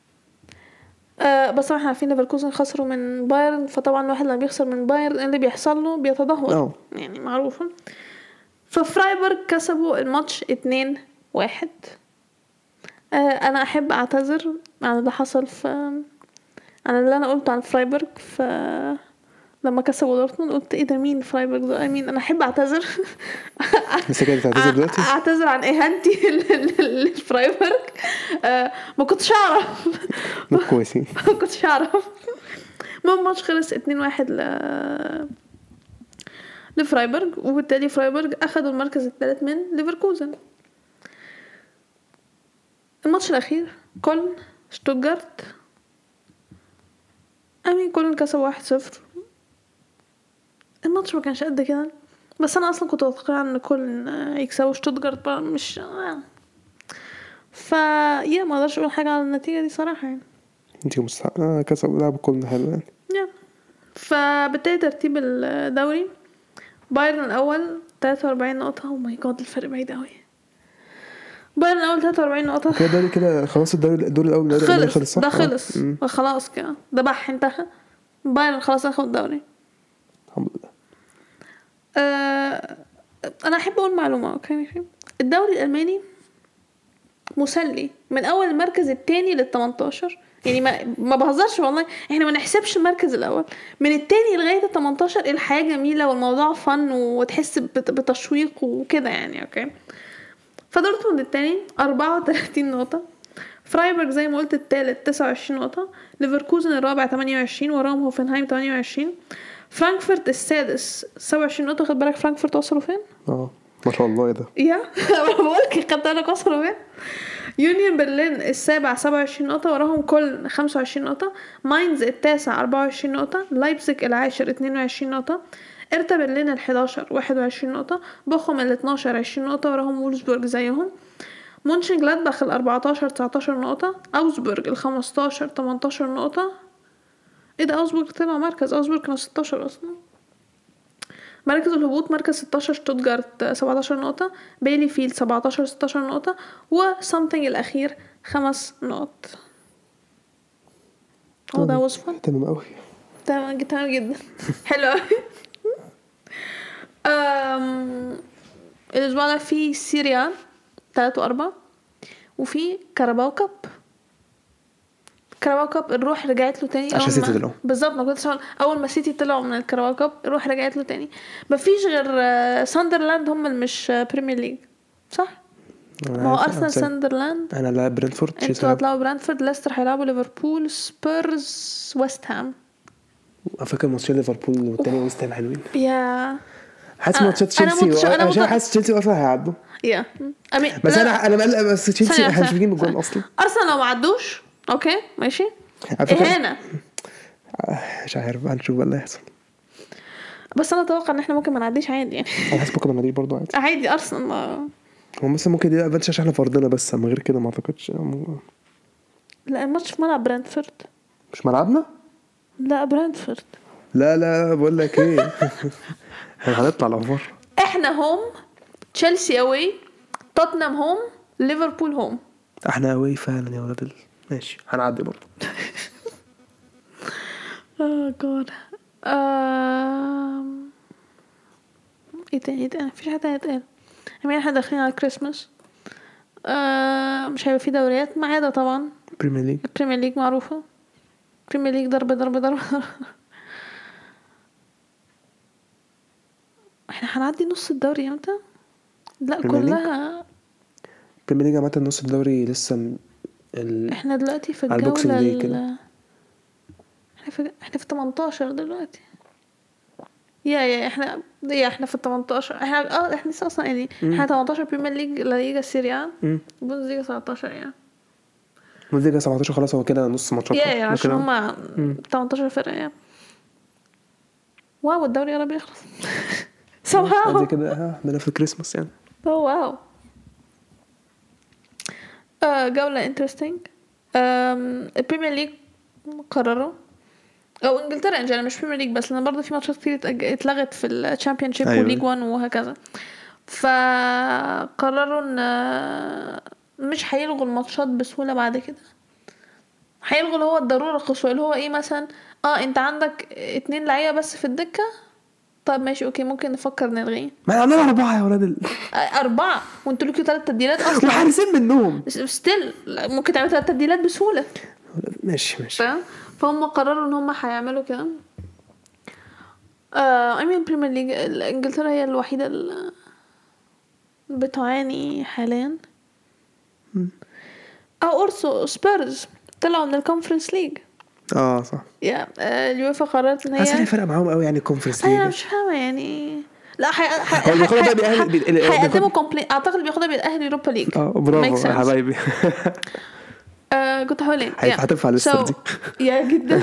آه بس احنا عارفين ليفركوزن خسروا من بايرن فطبعا الواحد لما بيخسر من بايرن اللي بيحصل له بيتدهور أوه. يعني معروفه. ففرايبورغ كسبوا الماتش اتنين واحد. آه انا احب اعتذر عن اللي حصل في عن اللي انا قلته عن فرايبورغ ف لما كسبوا دورتموند قلت ايه ده مين فرايبورغ ده مين. انا احب اعتذر بس كده تعتذر دلوقتي اعتذر عن اهانتي لفرايبورغ. آه ما كنتش اعرف كويسين ما كنتش اعرف. المهم الماتش خلص اتنين واحد ل لفرايبورغ وبالتالي فرايبورغ اخذوا المركز الثالث من ليفركوزن. الماتش الاخير كولن شتوتغارت. امين كولن كسب واحد صفر. الماتش ما كانش قد كده بس انا اصلا كنت متوقع ان كولن يكسبوا شتوتغارت مش ف يا ما اقدرش اقول حاجه على النتيجه دي صراحه يعني. انت مستحق آه كسب لعب كولن حلو يعني. يا فبالتالي ترتيب الدوري بايرن الاول تلاتة واربعين نقطه. او ماي جاد الفرق بعيد قوي. بايرن الاول تلاتة واربعين نقطه كده دوري كده خلاص. الدوري الدور الاول الدوري خلص ده خلص آه. خلاص كده ده بح انتهى. بايرن خلاص اخد الدوري الحمد لله. آه انا احب اقول معلومه اوكي. الدوري الالماني مسلي من اول المركز الثاني لل18 يعني ما ما بهزرش والله. احنا ما نحسبش المركز الاول من الثاني لغايه ال18 الحياه جميله والموضوع فن وتحس بتشويق وكده يعني. اوكي فدورتموند الثاني اربعة وتلاتين نقطه. فرايبورغ زي ما قلت الثالث تسعة وعشرين نقطه. ليفركوزن الرابع تمانية وعشرين وراهم هوفنهايم تمانية وعشرين. فرانكفورت السادس سبعة وعشرين نقطه. خد بالك فرانكفورت وصلوا فين اه ما شاء الله. ايه ده يا بقول لك خدت بالك وصلوا فين. يونيون برلين السابع سبعة وعشرين نقطة وراهم كل خمسة وعشرين نقطة. ماينز التاسع اربعة وعشرين نقطة. لايبزيج العاشر اتنين وعشرين نقطة. ارتا برلين الحداشر واحد وعشرين نقطة. بوخم الاتناشر عشرين نقطة وراهم وولفسبورغ زيهم. مونشن جلادباخ الاربعتاشر تسعتاشر نقطة. اوزبورغ الخمستاشر تمنتاشر نقطة. ايه ده اوزبورغ طلع مركز. اوزبورغ كانوا ستاشر اصلا. مركز الهبوط مركز ستاشر شتوتغارت سبعتاشر نقطة. بيلي فيلد سبعتاشر ستاشر نقطة. وسامثينج الأخير خمس نقط. oh that was fun. تمام قوي. تمام تمام جدا. حلو قوي. أم... الأسبوع ده في سيريا تلاتة وأربعة وفي كاراباو كاب. كاراباو كاب الروح رجعت له تاني عشان أول سيتي ما- طلعوا. بالظبط ما كنتش هقول- اول ما سيتي طلعوا من الكاراباو كاب الروح رجعت له تاني. مفيش غير آه، ساندرلاند هم اللي مش آه، بريمير ليج صح. ما هو ارسنال ساندرلاند انا لا برينتفورد انتوا تشيلسي. هتلاقوا برانفورد ليستر هيلعبوا ليفربول سبيرز ويست هام. فاكر ماتشين ليفربول والتاني ويست هام حلوين. يا حاسس أنا- ماتشات أنا تشيلسي متش- أنا عشان مت- حاسس تشيلسي اصلا هيعدوا. يا أمي... بس لا، انا انا مقلق بس تشيلسي ثانية احنا مش واحدة. بنجيب جوان اصلا. ارسنال لو ما عدوش اوكي ماشي على فكرة- اهانه. مش عارف هنشوف بقى اللي هيحصل. بس انا اتوقع ان احنا ممكن ما نعديش عادي يعني. انا حاسس بكره مدريد برضه عادي. عادي ارسنال ما... هو مثلا ممكن دي ادفانتج عشان احنا في ارضنا بس اما غير كده ما اعتقدش. لا الماتش في ملعب برانفورد. مش ملعبنا. لا برانفورد لا لا بقول لك ايه هنطلع الافار. احنا هوم تشيلسي اوي توتنهام هوم ليفربول هوم. احنا اوي فعلا يا ولاد ال... ماشي هنعدي برضه. اه جاد امم ايه تاني ايه تاني مفيش حاجه تانية. يعني احنا داخلين على كريسماس آه مش هيبقى في دوريات ما عدا طبعا بريمير ليج. البريمير ليج معروفه. بريمير ليج ضرب ضرب ضرب احنا هنعدي نص الدوري امتى؟ لا بريمير ليج؟ كلها. بريمير ليج عامه نص الدوري لسه م... ال... احنا دلوقتي في على البوكسينج الجوله داي ال... كده. احنا في احنا في تمنتاشر دلوقتي. يا يا احنا يا احنا في تمنتاشر احنا اه احنا لسه اصلا يعني احنا تمنتاشر بريمير ليج لا ليجا سيريا امم بوندسليجا سبعتاشر يعني. بوندسليجا سبعتاشر خلاص هو كده نص ماتشات. يا يا عشان لكن- هما تمنتاشر فرقه يعني. واو الدوري قرب يخلص. ادي somehow كده ها عندنا في الكريسماس يعني. اوه واو. آه جولة انترستينج. البريمير ليج قرروا او انجلترا ان جنرال مش بريمير ليج بس لان برضه في ماتشات كتير اتأج- اتلغت في الشامبيون شيب أيوة. وليج واحد وهكذا. فقرروا ان آه، مش هيلغوا الماتشات بسهولة بعد كده. هيلغوا اللي هو الضرورة القصوى اللي هو ايه مثلا اه انت عندك اتنين لعيبة بس في الدكة طب ماشي اوكي ممكن نفكر نلغيه. ما احنا عندنا اربعه يا ولاد ال... آه، اربعة وانتوا لكم ثلاث تبديلات اصلا وحارسين منهم. ستيل ممكن تعمل ثلاث تبديلات بسهولة. ماشي ماشي. فاهم. فهم قرروا ان هم هيعملوا كده. آه امين بريمير ليج انجلترا هي الوحيدة اللي بتعاني حاليا. او اورسو سبيرز طلعوا من الكونفرنس ليج. اه صح. يا آه، اليوفا قررت ان حاسس ان هي فرق معاهم قوي يعني الكونفرنس انا ليج. مش فاهمه يعني لا حي... هو اللي بياخدها بقى بيأهل- بي- اللي- هيقدموا كومبلين اعتقد اللي بياخدها بيتاهل يوروبا ليج. اه Makes برافو sense. يا حبايبي. آه كنت هقول ايه هيف- هتنفع ليستر دي. يا جدا.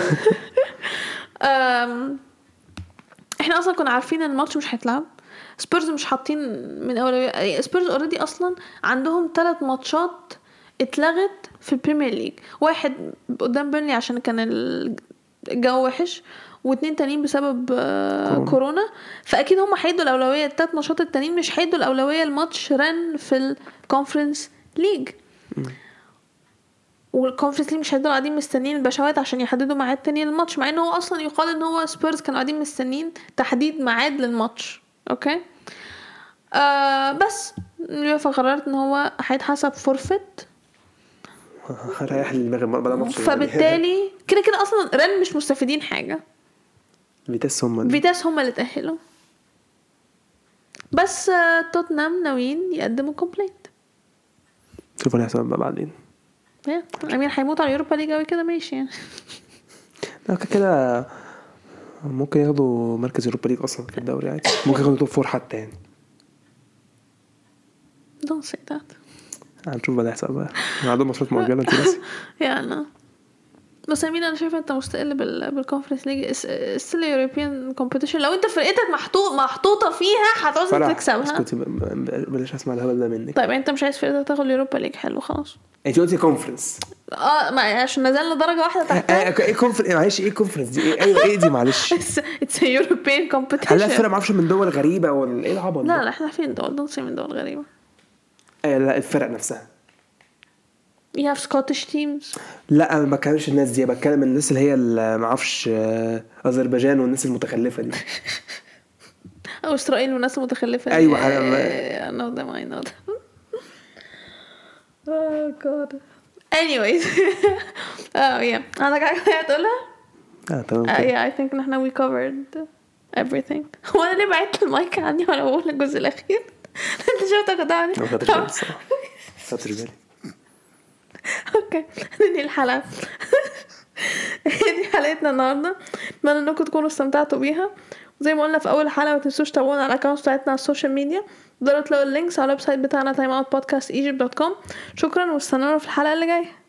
آم، احنا اصلا كنا عارفين ان الماتش مش هيتلعب. سبيرز مش حاطين من اولويه. سبيرز اوريدي اصلا عندهم ثلاث ماتشات اتلغت في البريمير ليج. واحد قدام بيرنلي عشان كان الجو وحش واتنين تانيين بسبب آه، كورونا. كورونا. فاكيد هم هيدوا الاولويه الثلاث ماتشات التانيين مش هيدوا الاولويه الماتش رن في الكونفرنس ليج. والكونفرنس ليج مش هيفضلوا قاعدين مستنيين البشوات عشان يحددوا ميعاد تاني للماتش مع انه هو اصلا يقال ان هو سبيرز كانوا قاعدين مستنيين تحديد ميعاد للماتش. اوكي آه بس اليوفا قررت ان هو هيتحسب فورفيت. هريح لي دماغي بلا ماتش. فبالتالي كده كده اصلا رن مش مستفيدين حاجه. فيتاس هم فيتاس هم اللي تأهلوا. بس آه توتنهام ناويين يقدموا كومبليت. شوفوا اللي هيحصل بقى بعدين. يا امين هيموت على يوروبا ليج قوي كده ماشي يعني. لا كده ممكن ياخدوا مركز يوروبا ليج اصلا في الدوري عادي. ممكن ياخدوا توب فور حتى يعني. don't say that. هنشوف بقى اللي هيحصل بقى. عندهم ماتشات مؤجله انت ناسي. يعني بس امين انا شايفه انت مستقل بال بالكونفرنس ليج ستيل يوروبيان كومبيتيشن. لو انت فرقتك محطوط محطوطه فيها هتعوز تكسبها. اسكتي بلاش اسمع الهبل ده منك. طيب انت مش عايز فرقتك تاخد اليوروبا ليج حلو خلاص. انت قلتي كونفرنس. اه ما عشان نزلنا درجه واحده تحت. ايه كونفرنس معلش ايه كونفرنس دي ايه ايوه ايه دي معلش. اتس يوروبيان هل كومبيتيشن. الفرق ما اعرفش من دول غريبه ولا ايه العبط ده؟ لا لا احنا فين دول دول من دول غريبه. ايه لا الفرق نفسها. you have Scottish teams. لا انا ما بتكلمش الناس دي بتكلم الناس اللي هي اللي ما اعرفش اذربيجان والناس المتخلفه دي. او اسرائيل والناس المتخلفه. ايوه I know them I know them. oh god anyways اه يا عندك حاجه تقولها؟ اه تمام uh, كده. yeah I think ان احنا we covered everything. هو انا ليه بعت المايك عني وانا بقول الجزء الاخير؟ انت شفتك قدامي. ما خدتش بالي الصراحه ما خدتش بالي. اوكي ننهي الحلقه. دي حلقتنا النهارده. اتمنى انكم تكونوا استمتعتوا بيها. وزي ما قلنا في اول حلقه ما تنسوش تابعونا على الاكونت بتاعتنا على السوشيال ميديا. تقدروا تلاقوا اللينكس على الويب سايت بتاعنا time out podcast egypt dot com. شكرا واستنونا في الحلقه اللي جايه.